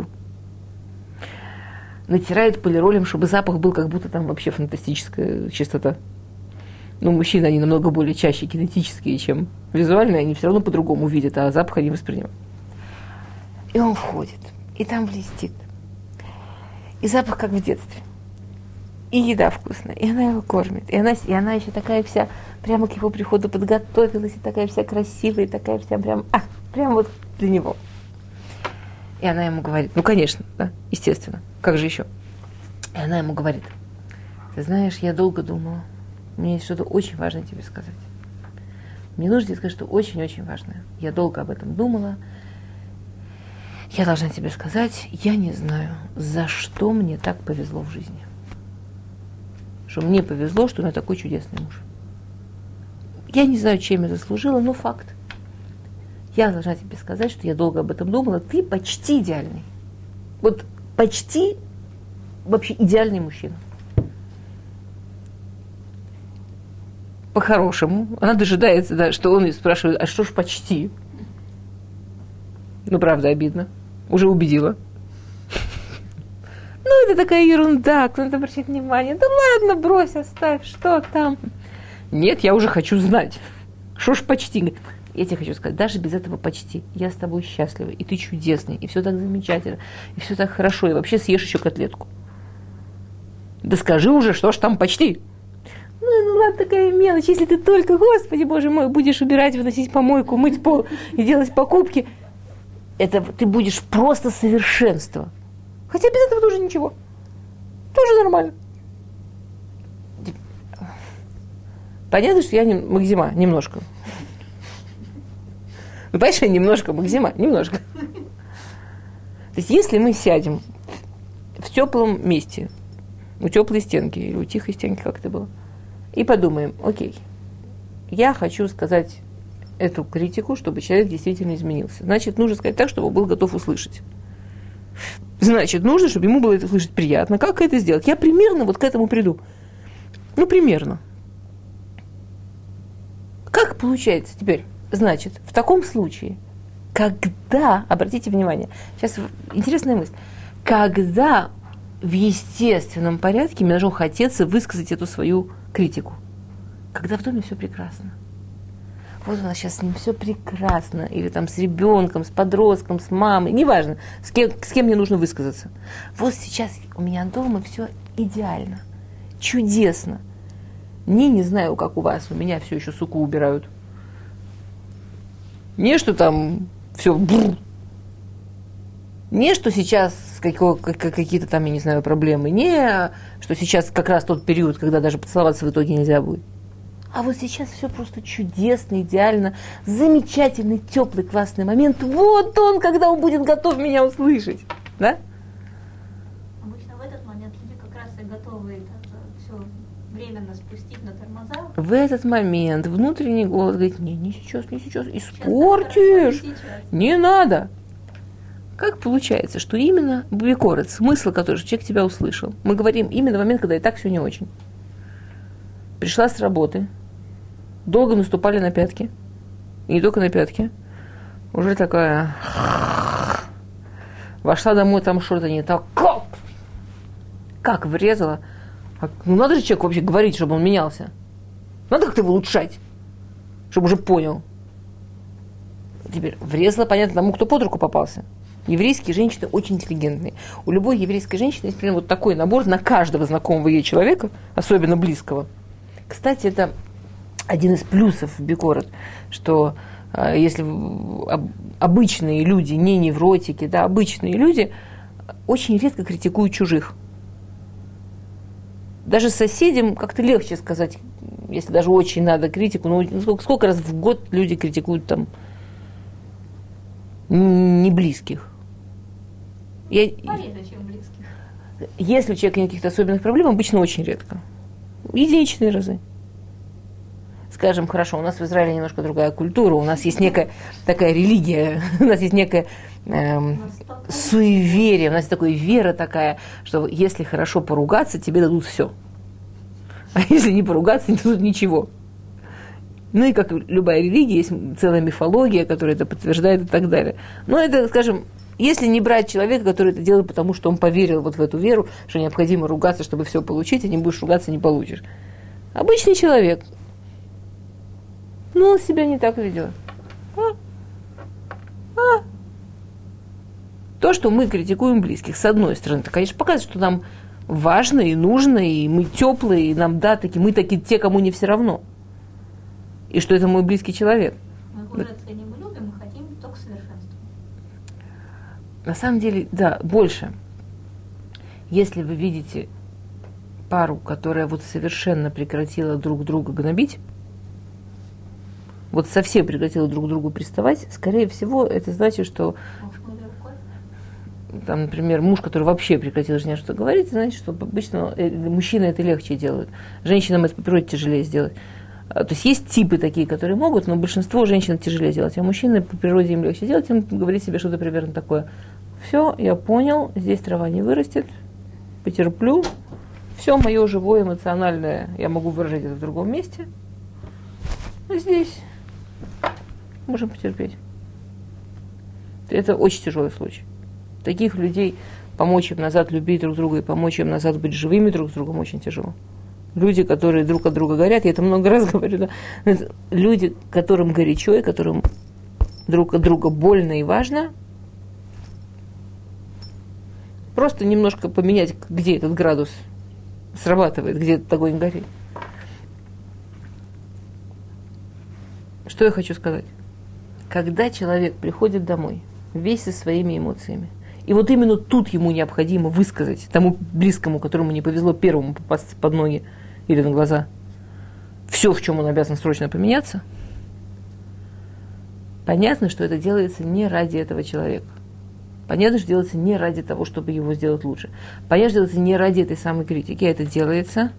натирает полиролем, чтобы запах был, как будто там вообще фантастическая чистота. Но мужчины, они намного более чаще кинетические, чем визуальные, они все равно по-другому видят, а запах они воспринимают. И он входит, и там блестит. И запах, как в детстве. И еда вкусная, и она его кормит. И она, и она еще такая вся, прямо к его приходу подготовилась, и такая вся красивая, и такая вся прям, а, прям вот для него. И она ему говорит, ну, конечно, да, естественно, как же еще? И она ему говорит, ты знаешь, я долго думала, мне есть что-то очень важное тебе сказать. Мне нужно тебе сказать, что очень-очень важное. Я долго об этом думала. Я должна тебе сказать, я не знаю, за что мне так повезло в жизни. Что мне повезло, что у меня такой чудесный муж. Я не знаю, чем я заслужила, но факт. Я должна тебе сказать, что я долго об этом думала. Ты почти идеальный. Вот почти вообще идеальный мужчина. По-хорошему. Она дожидается, да, что он ее спрашивает, а что ж почти? Ну, правда, обидно. Уже убедила. Ну, это такая ерунда, кто на это обращает внимание. Да ладно, брось, оставь, что там? Нет, я уже хочу знать. Что ж почти? Я тебе хочу сказать, даже без этого почти. Я с тобой счастлива, и ты чудесный, и все так замечательно, и все так хорошо, и вообще съешь еще котлетку. Да скажи уже, что ж там почти? Ну, ну ладно, такая мелочь, если ты только, Господи, Боже мой, будешь убирать, выносить помойку, мыть пол и делать покупки, это ты будешь просто совершенство. Хотя без этого тоже ничего. Тоже нормально. Понятно, что я не, Максима, немножко. Ну, понимаешь, я немножко Максима, немножко. То есть, если мы сядем в теплом месте, у теплой стенки или у тихой стенки, как это было, и подумаем, окей, я хочу сказать эту критику, чтобы человек действительно изменился. Значит, нужно сказать так, чтобы он был готов услышать. Значит, нужно, чтобы ему было это слышать приятно. Как это сделать? Я примерно вот к этому приду. Ну, примерно. Как получается теперь? Значит, в таком случае, когда, обратите внимание, сейчас интересная мысль, когда в естественном порядке мне должно хотеться высказать эту свою критику? Когда в доме все прекрасно. Вот у нас сейчас с ним все прекрасно, или там с ребенком, с подростком, с мамой, неважно, с кем, с кем мне нужно высказаться. Вот сейчас у меня дома все идеально, чудесно. Не, не знаю, как у вас, у меня все еще суку убирают. Не, что там все, не, что сейчас какие-то там, я не знаю, проблемы, не, что сейчас как раз тот период, когда даже поцеловаться в итоге нельзя будет. А вот сейчас все просто чудесно, идеально, замечательный, теплый, классный момент. Вот он, когда он будет готов меня услышать. Да? это все временно спустить на тормоза. В этот момент внутренний голос говорит: не, не сейчас, не сейчас, испортишь, сейчас. Не надо. Как получается, что именно бикорет, смысл, который человек тебя услышал, мы говорим именно в момент, когда и так все не очень. Пришла с работы, долго наступали на пятки, и не только на пятки, уже такая, вошла домой, там что-то не так, как врезала. Ну надо же человеку вообще говорить, чтобы он менялся. Надо как-то его улучшать, чтобы уже понял. Теперь врезала, понятно, тому, кто под руку попался. Еврейские женщины очень интеллигентные. У любой еврейской женщины есть примерно вот такой набор на каждого знакомого ей человека, особенно близкого. Кстати, это один из плюсов в бикорет, что э, если об, обычные люди, не невротики, да, обычные люди очень редко критикуют чужих. Даже соседям как-то легче сказать, если даже очень надо критику, но сколько, сколько раз в год люди критикуют там не близких. Я, Пореже, чем близких. Если у человека нет каких-то особенных проблем, обычно очень редко. Единичные разы. Скажем, хорошо, у нас в Израиле немножко другая культура, у нас есть некая такая религия, у нас есть некая эм, суеверие, у нас есть такая вера такая, что если хорошо поругаться, тебе дадут все. А если не поругаться, не дадут ничего. Ну и как любая религия, есть целая мифология, которая это подтверждает и так далее. Но это, скажем, если не брать человека, который это делает, потому что он поверил вот в эту веру, что необходимо ругаться, чтобы все получить, а не будешь ругаться, не получишь. Обычный человек. Ну, он себя не так ведет. А? А? То, что мы критикуем близких, с одной стороны, это, конечно, показывает, что нам важно и нужно, и мы теплые, и нам, да, таки, мы такие те, кому не все равно. И что это мой близкий человек. Мы уже ценим и любим, мы хотим только совершенства. На самом деле, да, больше. Если вы видите пару, которая вот совершенно прекратила друг друга гнобить, вот совсем прекратила друг к другу приставать, скорее всего, это значит, что там, например, муж, который вообще прекратил жене что-то говорить, значит, что обычно мужчины это легче делают. Женщинам это по природе тяжелее сделать. То есть есть типы такие, которые могут, но большинство женщин тяжелее делать, а мужчины по природе им легче делать, им говорить себе что-то примерно такое. Все, я понял, здесь трава не вырастет, потерплю, все мое живое, эмоциональное я могу выражать это в другом месте, а здесь можем потерпеть. Это очень тяжелый случай. Таких людей помочь им назад любить друг друга и помочь им назад быть живыми друг с другом очень тяжело. Люди, которые друг от друга горят, я это много раз говорю, да, люди, которым горячо и которым друг от друга больно и важно, просто немножко поменять, где этот градус срабатывает, где этот огонь горит. Что я хочу сказать? Когда человек приходит домой, весь со своими эмоциями, и вот именно тут ему необходимо высказать тому близкому, которому не повезло первому попасться под ноги или на глаза, все, в чем он обязан срочно поменяться, понятно, что это делается не ради этого человека. Понятно, что делается не ради того, чтобы его сделать лучше. Понятно, что делается не ради этой самой критики, а это делается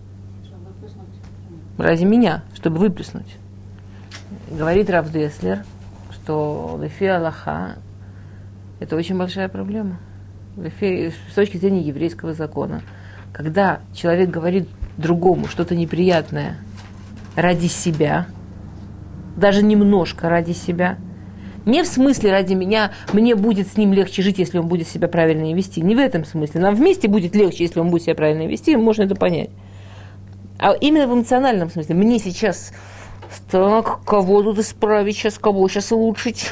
ради меня, чтобы выплеснуть. Говорит Рав Деслер, что лефи Аллаха — это очень большая проблема. Лефи, с точки зрения еврейского закона. Когда человек говорит другому что-то неприятное ради себя, даже немножко ради себя, не в смысле ради меня, мне будет с ним легче жить, если он будет себя правильно вести. Не в этом смысле. Нам вместе будет легче, если он будет себя правильно вести, можно это понять. А именно в эмоциональном смысле. Мне сейчас так, кого тут исправить сейчас, кого сейчас улучшить.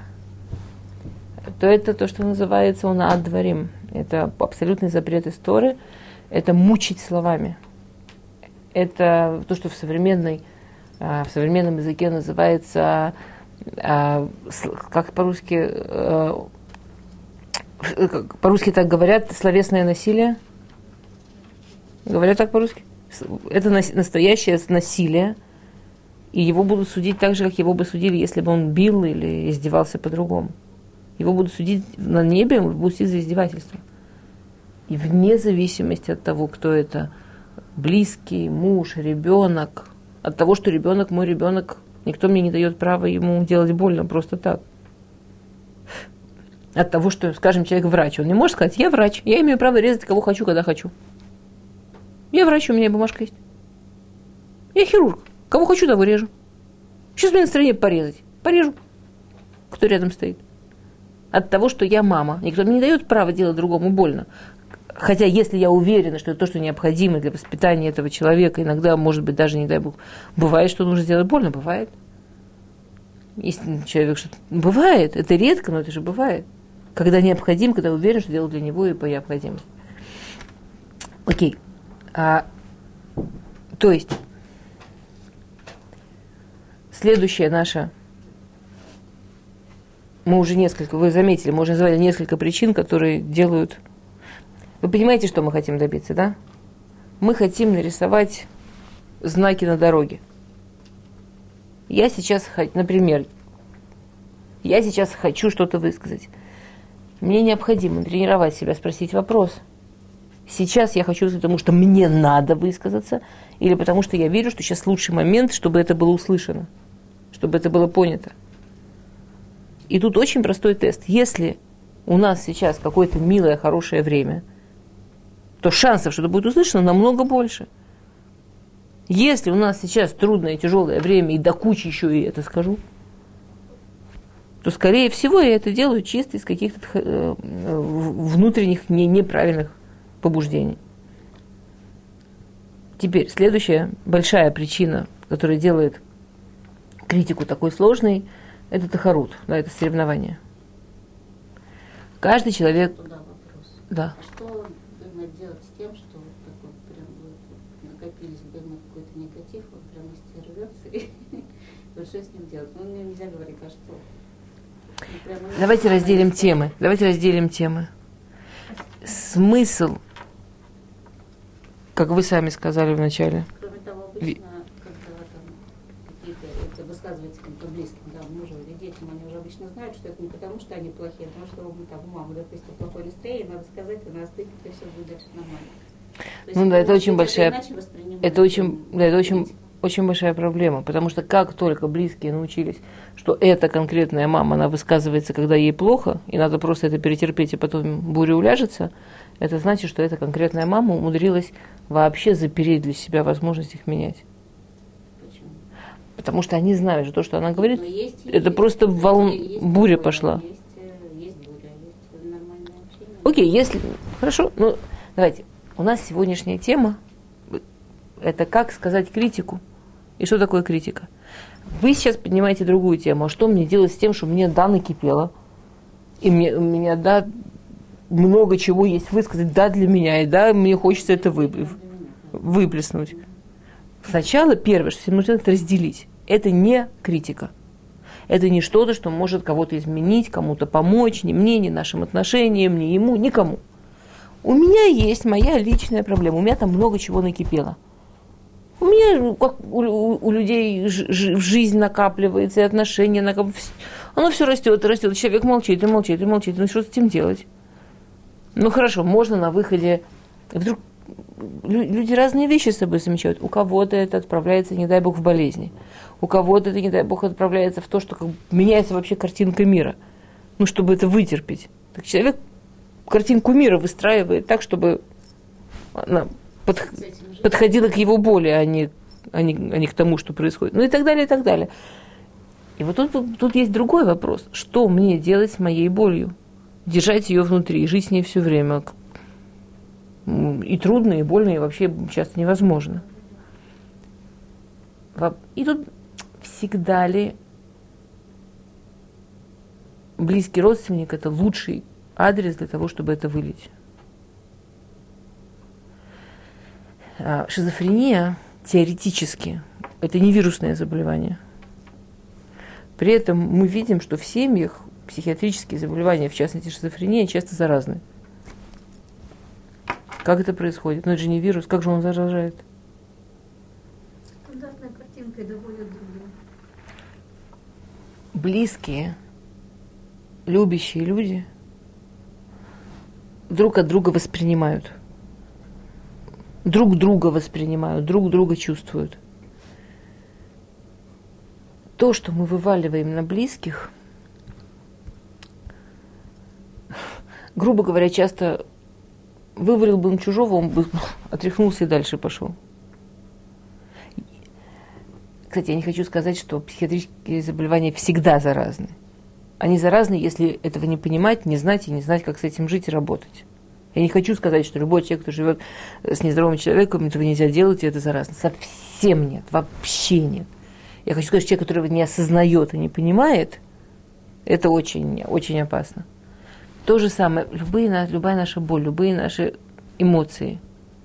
То это то, что называется он ад-дворим. Это абсолютный запрет из Торы. Это мучить словами. Это то, что в, современной, в современном языке называется, как по-русски, по-русски так говорят, словесное насилие. Говорят так по-русски? Это настоящее насилие. И его будут судить так же, как его бы судили, если бы он бил или издевался по-другому. Его будут судить на небе, его будут судить за издевательство. И вне зависимости от того, кто это, близкий, муж, ребенок. От того, что ребенок мой ребенок, никто мне не дает права ему делать больно просто так. От того, что, скажем, человек врач, он не может сказать: я врач, я имею право резать кого хочу, когда хочу. Я врач, у меня бумажка есть. Я хирург, кого хочу, того режу. Сейчас мне настроение порезать, порежу. Кто рядом стоит. От того, что я мама, никто мне не дает права делать другому больно. Хотя, если я уверена, что это то, что необходимо для воспитания этого человека, иногда, может быть, даже, не дай бог, бывает, что нужно сделать больно, бывает. Если человек что-то... Бывает, это редко, но это же бывает. Когда необходимо, когда уверен, что делать для него и по необходимости. Окей. А, то есть, следующая наша... Мы уже несколько, вы заметили, мы уже назвали несколько причин, которые делают... Вы понимаете, что мы хотим добиться, да? Мы хотим нарисовать знаки на дороге. Я сейчас, например, я сейчас хочу что-то высказать. Мне необходимо тренировать себя, спросить вопрос. Сейчас я хочу высказать, потому что мне надо высказаться, или потому что я верю, что сейчас лучший момент, чтобы это было услышано, чтобы это было понято. И тут очень простой тест. Если у нас сейчас какое-то милое, хорошее время, то шансов, что это будет услышано, намного больше. Если у нас сейчас трудное, тяжелое время, и до кучи еще и это скажу, то, скорее всего, я это делаю чисто из каких-то внутренних не, неправильных побуждений. Теперь, следующая большая причина, которая делает критику такой сложной, это тахарут, да, это соревнование. Каждый человек... Туда вопрос. Да. А что именно делать с тем, что вот такой прям вот, накопились в доме какой-то негатив, он прям из тебя рвется, и вот что с ним делать? Ну, мне нельзя говорить, а что? Ну, прямо, ну, Давайте разделим темы. Давайте разделим темы. Смысл, как вы сами сказали в начале. Кроме того, обычно, когда там какие-то, это высказывается кому-то близким, да, мужу или детям, они уже обычно знают, что это не потому, что они плохие, а потому что ну, там, у мамы, допустим, плохое настроение, надо сказать, она остынет, и все будет дальше нормально. То есть, Ну да, это очень большая, это очень, да, это очень, критику. очень большая проблема, потому что как только близкие научились, что эта конкретная мама, она высказывается, когда ей плохо, и надо просто это перетерпеть, и потом буря уляжется, это значит, что эта конкретная мама умудрилась вообще запереть для себя возможность их менять. Почему? Потому что они знают, что то, что она говорит, есть, это есть, просто волн... есть буря такое, пошла. Есть, есть буря, есть нормальное общение. Окей, если... Хорошо, ну, давайте. У нас сегодняшняя тема – это как сказать критику. И что такое критика? Вы сейчас поднимаете другую тему. А что мне делать с тем, что мне да накипело? И мне, у меня да много чего есть высказать, да для меня, и да мне хочется это вы, выплеснуть. Сначала первое, что всем нужно это разделить. Это не критика. Это не что-то, что может кого-то изменить, кому-то помочь, ни мне, ни нашим отношениям, ни ему, никому. У меня есть моя личная проблема, у меня там много чего накипело. У меня, как у, у, у людей ж, ж, жизнь накапливается, и отношения накапливаются. Оно все растет и растет, человек молчит и молчит и молчит. Ну что с этим делать? Ну хорошо, можно на выходе. Вдруг люди разные вещи с собой замечают. У кого-то это отправляется, не дай бог, в болезни. У кого-то это, не дай бог, отправляется в то, что как, меняется вообще картинка мира. Ну, чтобы это вытерпеть. Так человек картинку мира выстраивает так, чтобы она под, подходила к его боли, а не, а, не, а не к тому, что происходит. Ну и так далее, и так далее. И вот тут, тут есть другой вопрос. Что мне делать с моей болью? Держать ее внутри, жить с ней все время. И трудно, и больно, и вообще часто невозможно. И тут всегда ли близкий родственник – это лучший адрес для того, чтобы это вылить? Шизофрения теоретически – это не вирусное заболевание. При этом мы видим, что в семьях психиатрические заболевания, в частности шизофрения, часто заразны. Как это происходит? Ну это же не вирус, как же он заражает? Стандартной картинкой доводят другим. Близкие, любящие люди друг от друга воспринимают. друг друга воспринимают, друг друга чувствуют. То, что мы вываливаем на близких, грубо говоря, часто вывалил бы он чужого, он бы отряхнулся и дальше пошел. Кстати, я не хочу сказать, что психиатрические заболевания всегда заразны. Они заразны, если этого не понимать, не знать и не знать, как с этим жить и работать. Я не хочу сказать, что любой человек, кто живет с нездоровым человеком, этого нельзя делать, и это заразно. Совсем нет, вообще нет. Я хочу сказать, что человек, который не осознает и не понимает, это очень, очень опасно. То же самое, любые, любая наша боль, любые наши эмоции.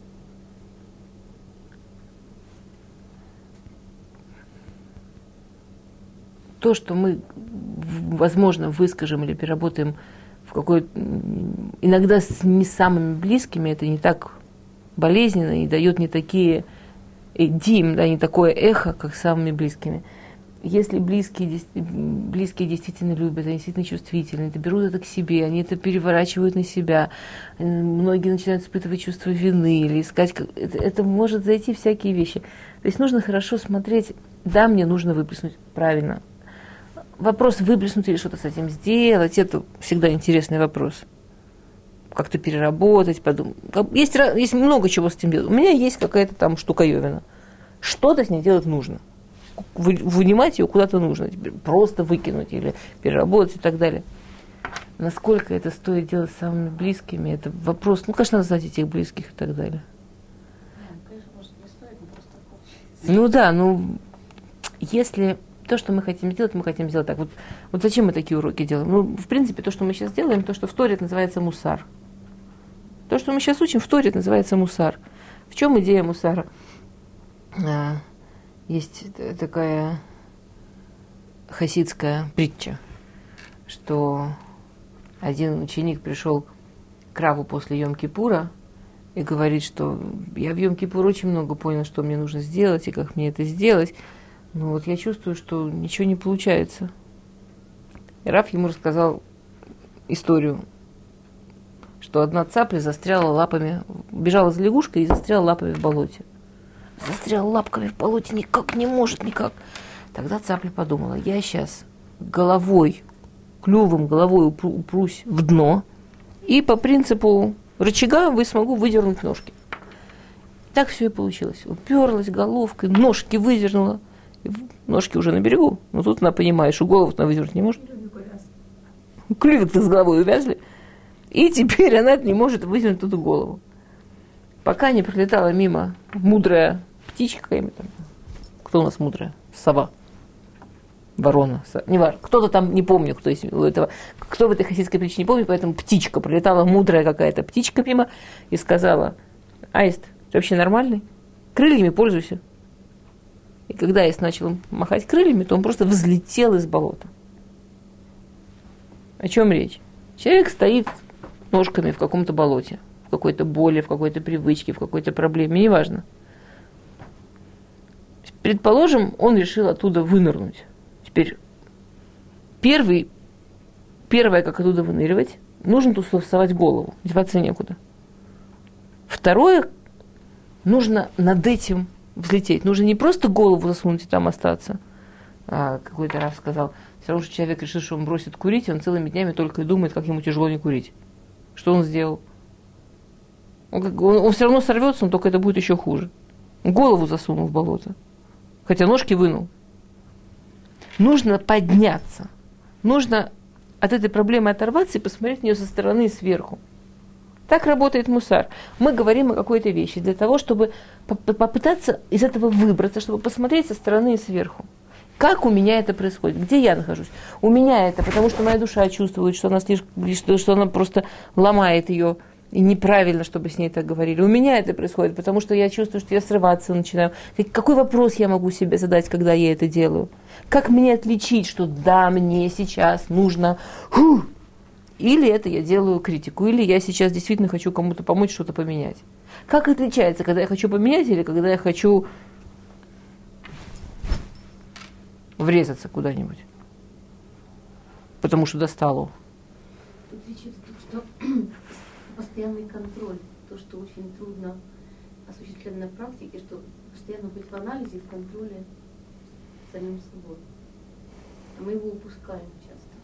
То, что мы, возможно, выскажем или переработаем в какой-то... Иногда с не самыми близкими это не так болезненно и дает не такие... дим, да, не такое эхо, как с самыми близкими. Если близкие, близкие действительно любят, они действительно чувствительны, это берут это к себе, они это переворачивают на себя, многие начинают испытывать чувство вины или искать... Это, это может зайти всякие вещи. То есть нужно хорошо смотреть, да, мне нужно выплеснуть, правильно. Вопрос выплеснуть или что-то с этим сделать, это всегда интересный вопрос. Как-то переработать, подумать. Есть, есть много чего с этим делать. У меня есть какая-то там штуковина. Что-то с ней делать нужно. Вынимать ее куда-то нужно. Просто выкинуть или переработать и так далее. Насколько это стоит делать с самыми близкими, это вопрос. Ну, конечно, надо знать этих близких и так далее. Конечно, может, не стоит, но просто хочется. Ну да, ну, если... То, что мы хотим сделать, мы хотим сделать так. Вот, вот зачем мы такие уроки делаем? Ну, в принципе, то, что мы сейчас делаем, то, что в Торе называется мусар. То, что мы сейчас учим, в Торе называется мусар. В чем идея мусара? А, есть такая хасидская притча, что один ученик пришел к Раву после Йом-Кипура и говорит, что я в Йом-Кипур очень много понял, что мне нужно сделать и как мне это сделать. Ну вот я чувствую, что ничего не получается. И Рав ему рассказал историю, что одна цапля застряла лапами, бежала за лягушкой и застряла лапами в болоте. Застряла лапками в болоте, никак не может, никак. Тогда цапля подумала, я сейчас головой, клювом головой упру, упрусь в дно, и по принципу рычага вы смогу выдернуть ножки. Так все и получилось. Уперлась головкой, ножки выдернула. Ножки уже на берегу, но тут она понимает, что голову она выдернуть не может. Клювик-то с головой увязли. И теперь она не может выдернуть туда голову. Пока не пролетала мимо мудрая птичка какая-нибудь там. Кто у нас мудрая? Сова. Ворона. Со... Не важно. Кто-то там, не помню, кто из этого. Кто в этой хасидской притче, не помню, поэтому птичка. Пролетала мудрая какая-то птичка мимо и сказала: аист, ты вообще нормальный? Крыльями пользуйся. И когда я начал махать крыльями, то он просто взлетел из болота. О чем речь? Человек стоит ножками в каком-то болоте, в какой-то боли, в какой-то привычке, в какой-то проблеме, неважно. Предположим, он решил оттуда вынырнуть. Теперь первый, первое, как оттуда выныривать, нужно тут совать голову, деваться некуда. Второе, нужно над этим взлететь. Нужно не просто голову засунуть и там остаться. А, какой-то раз сказал, все равно, что человек решил, что он бросит курить, он целыми днями только и думает, как ему тяжело не курить. Что он сделал? Он, он, он все равно сорвется, но только это будет еще хуже. Он голову засунул в болото. Хотя ножки вынул. Нужно подняться. Нужно от этой проблемы оторваться и посмотреть на нее со стороны и сверху. Так работает мусар. Мы говорим о какой-то вещи для того, чтобы попытаться из этого выбраться, чтобы посмотреть со стороны и сверху. Как у меня это происходит? Где я нахожусь? У меня это, потому что моя душа чувствует, что она, слишком, что она просто ломает ее, и неправильно, чтобы с ней так говорили. У меня это происходит, потому что я чувствую, что я срываться начинаю. Какой вопрос я могу себе задать, когда я это делаю? Как мне отличить, что да, мне сейчас нужно... Фу! Или это я делаю критику, или я сейчас действительно хочу кому-то помочь что-то поменять. Как отличается, когда я хочу поменять, или когда я хочу врезаться куда-нибудь? Потому что достало. Тут речь идет о том, что постоянный контроль, то, что очень трудно осуществлен на практике, что постоянно быть в анализе, в контроле с самим собой. А мы его упускаем часто.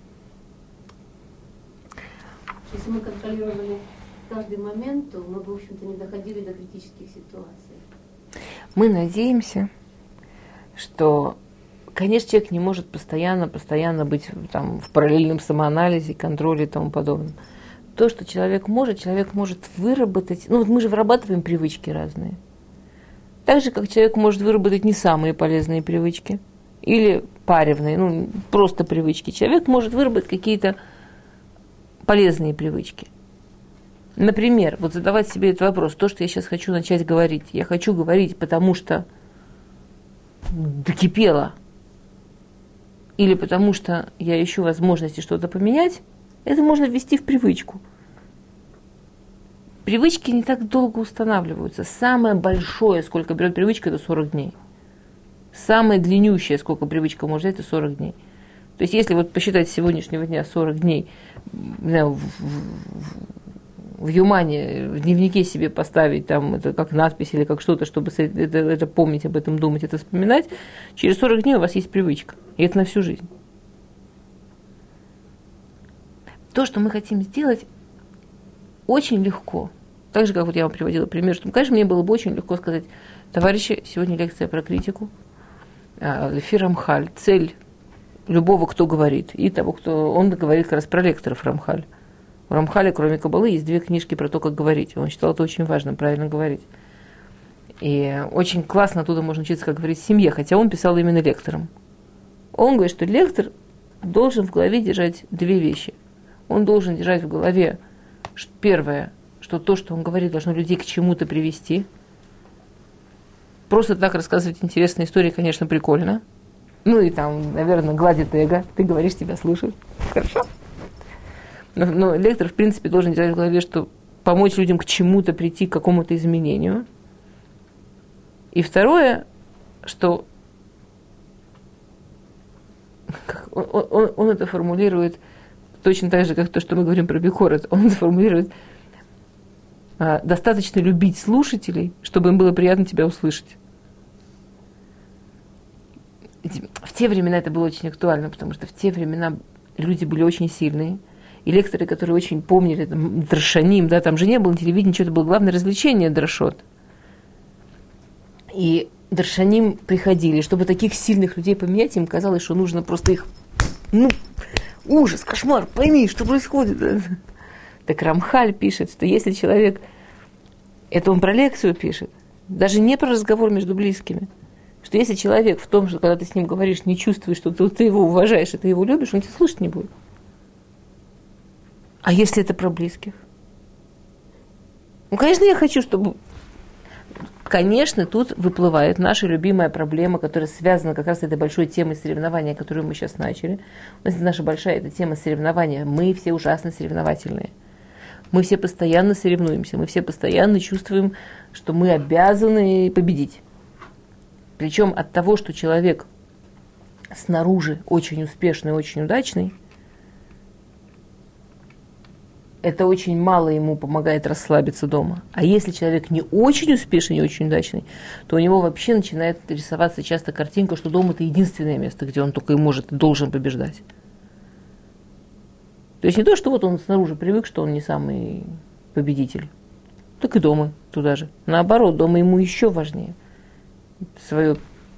Если мы контролировали каждый момент, то мы бы, в общем-то, не доходили до критических ситуаций. Мы надеемся, что, конечно, человек не может постоянно, постоянно быть там, в параллельном самоанализе, контроле и тому подобное. То, что человек может, человек может выработать, ну вот мы же вырабатываем привычки разные. Так же, как человек может выработать не самые полезные привычки или паревные, ну просто привычки. Человек может выработать какие-то полезные привычки. Например, вот задавать себе этот вопрос, то, что я сейчас хочу начать говорить. Я хочу говорить, потому что докипело, или потому что я ищу возможности что-то поменять, это можно ввести в привычку. Привычки не так долго устанавливаются. Самое большое, сколько берет привычка, это сорок дней. Самое длиннющее, сколько привычка может взять, это сорок дней. То есть, если вот посчитать с сегодняшнего дня сорок дней, не знаю, в, в, в Юмане, в дневнике себе поставить, там, это как надпись или как что-то, чтобы это, это помнить, об этом думать, это вспоминать, через сорок дней у вас есть привычка. И это на всю жизнь. То, что мы хотим сделать, очень легко. Так же, как вот я вам приводила пример, что, конечно, мне было бы очень легко сказать: товарищи, сегодня лекция про критику, Лефи Рамхаль, цель любого, кто говорит, и того, кто... Он говорит как раз про лекторов Рамхаль. У Рамхаля, кроме Каббалы, есть две книжки про то, как говорить. Он считал это очень важно, правильно говорить. И очень классно оттуда можно учиться, как говорить в семье, хотя он писал именно лектором. Он говорит, что лектор должен в голове держать две вещи. Он должен держать в голове, первое, что то, что он говорит, должно людей к чему-то привести. Просто так рассказывать интересные истории, конечно, прикольно. Ну и там, наверное, гладит эго. Ты говоришь, тебя слушают. Хорошо. Но, но лектор, в принципе, должен держать в голове, что помочь людям к чему-то прийти, к какому-то изменению. И второе, что он, он, он это формулирует точно так же, как то, что мы говорим про Бикорот. Он это формулирует: а, достаточно любить слушателей, чтобы им было приятно тебя услышать. В те времена это было очень актуально, потому что в те времена люди были очень сильные. И лекторы, которые очень помнили там, дрошаним, да, там же не было телевидения, ничего, это было главное развлечение дрошот. И дрошаним приходили, чтобы таких сильных людей поменять, им казалось, что нужно просто их, ну, ужас, кошмар, пойми, что происходит. Да? Так Рамхаль пишет, что если человек, это он про лекцию пишет, даже не про разговор между близкими, что если человек в том, что когда ты с ним говоришь, не чувствуешь, что ты, ты его уважаешь, и ты его любишь, он тебя слышать не будет. А если это про близких? Ну, конечно, я хочу, чтобы... Конечно, тут выплывает наша любимая проблема, которая связана как раз с этой большой темой соревнования, которую мы сейчас начали. У нас наша большая эта тема соревнования. Мы все ужасно соревновательные. Мы все постоянно соревнуемся. Мы все постоянно чувствуем, что мы обязаны победить. Причем от того, что человек снаружи очень успешный, очень удачный, это очень мало ему помогает расслабиться дома. А если человек не очень успешный, не очень удачный, то у него вообще начинает рисоваться часто картинка, что дом – это единственное место, где он только и может, и должен побеждать. То есть не то, что вот он снаружи привык, что он не самый победитель, так и дома туда же. Наоборот, дома ему еще важнее. Свое.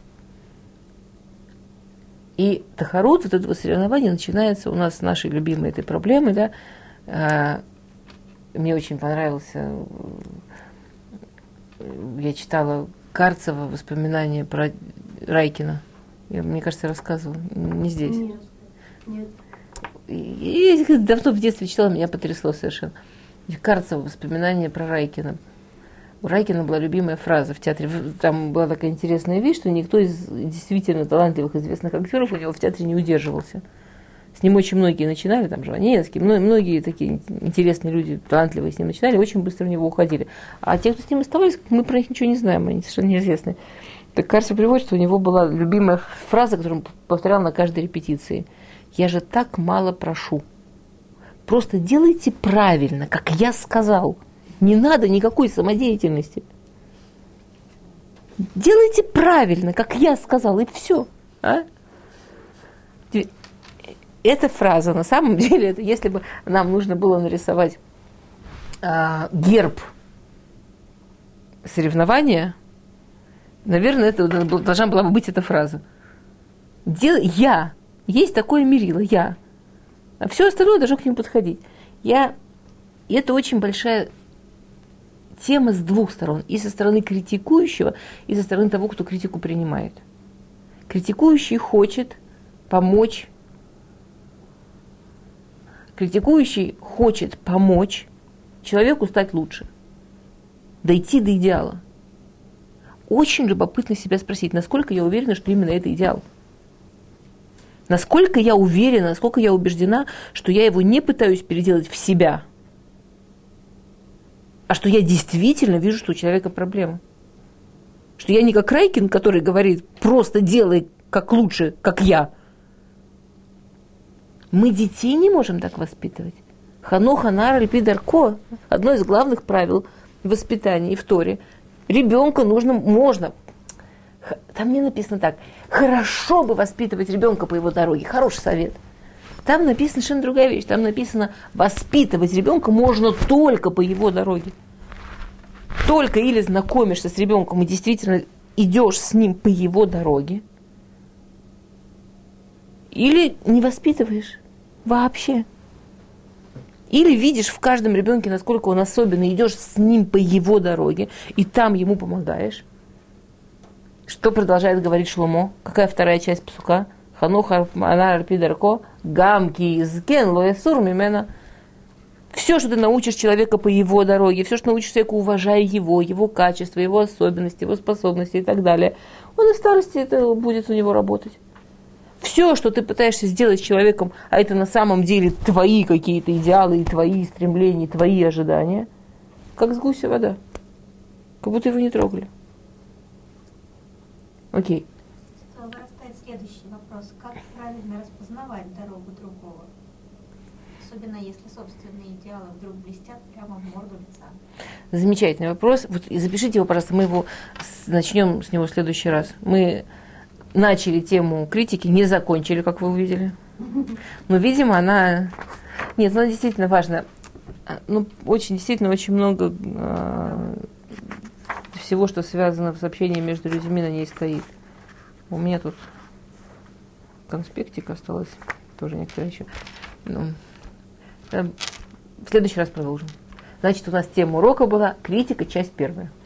И тахарут, вот это соревнование начинается у нас с нашей любимой этой проблемы, да. Мне очень понравился, я читала Карцева воспоминания про Райкина. Я, мне кажется, я рассказывала, не здесь. Нет, нет. И, и давно в детстве читала, меня потрясло совершенно. Карцева воспоминания про Райкина. У Райкина была любимая фраза в театре. Там была такая интересная вещь, что никто из действительно талантливых известных актеров у него в театре не удерживался. С ним очень многие начинали, там Жванецкий, многие такие интересные люди, талантливые с ним начинали, очень быстро в него уходили. А те, кто с ним оставались, мы про них ничего не знаем, они совершенно неизвестны. Так Карцев приводит, что у него была любимая фраза, которую он повторял на каждой репетиции. «Я же так мало прошу. Просто делайте правильно, как я сказал. Не надо никакой самодеятельности». Делайте правильно, как я сказал, и все. А? Эта фраза, на самом деле, это если бы нам нужно было нарисовать а, герб соревнования, наверное, это должна была бы быть эта фраза. Дел, я. Есть такое мерило, я. А все остальное должно к нему подходить. Я. И это очень большая тема с двух сторон. И со стороны критикующего, и со стороны того, кто критику принимает. Критикующий хочет помочь. Критикующий хочет помочь человеку стать лучше. Дойти до идеала. Очень любопытно себя спросить, насколько я уверена, что именно это идеал. Насколько я уверена, насколько я убеждена, что я его не пытаюсь переделать в себя, а что я действительно вижу, что у человека проблема. Что я не как Райкин, который говорит, просто делай как лучше, как я. Мы детей не можем так воспитывать. Хано ханар аль-пи дарко. Одно из главных правил воспитания в Торе. Ребенка нужно, можно. Там не написано так. Хорошо бы воспитывать ребенка по его дороге. Хороший совет. Там написана совершенно другая вещь. Там написано, воспитывать ребенка можно только по его дороге. Только или знакомишься с ребенком и действительно идешь с ним по его дороге, или не воспитываешь вообще. Или видишь в каждом ребенке, насколько он особенный, идешь с ним по его дороге, и там ему помогаешь. Что продолжает говорить Шломо? Какая вторая часть псука? Хануха анар аль-пи дарко, гамки изкен ло ясур мимена. Все, что ты научишь человека по его дороге, все, что научишь человека, уважая его, его качества, его особенности, его способности и так далее, он и в старости это будет у него работать. Все, что ты пытаешься сделать с человеком, а это на самом деле твои какие-то идеалы, и твои стремления, и твои ожидания, как с гуся вода. Как будто его не трогали. Окей. Вырастает следующий вопрос. Как правильно распознавать дорогу другого? Особенно если собственные идеалы вдруг блестят прямо в морду лица. Замечательный вопрос. Вот запишите его, пожалуйста, мы его с, начнем с него в следующий раз. Мы начали тему критики, не закончили, как вы увидели. Но, видимо, она... Нет, она действительно важна. Ну, очень, действительно, очень много э, всего, что связано с общением между людьми, на ней стоит. У меня тут конспектик осталось, тоже некоторые еще. Ну, в следующий раз продолжим. Значит, у нас тема урока была критика, часть первая.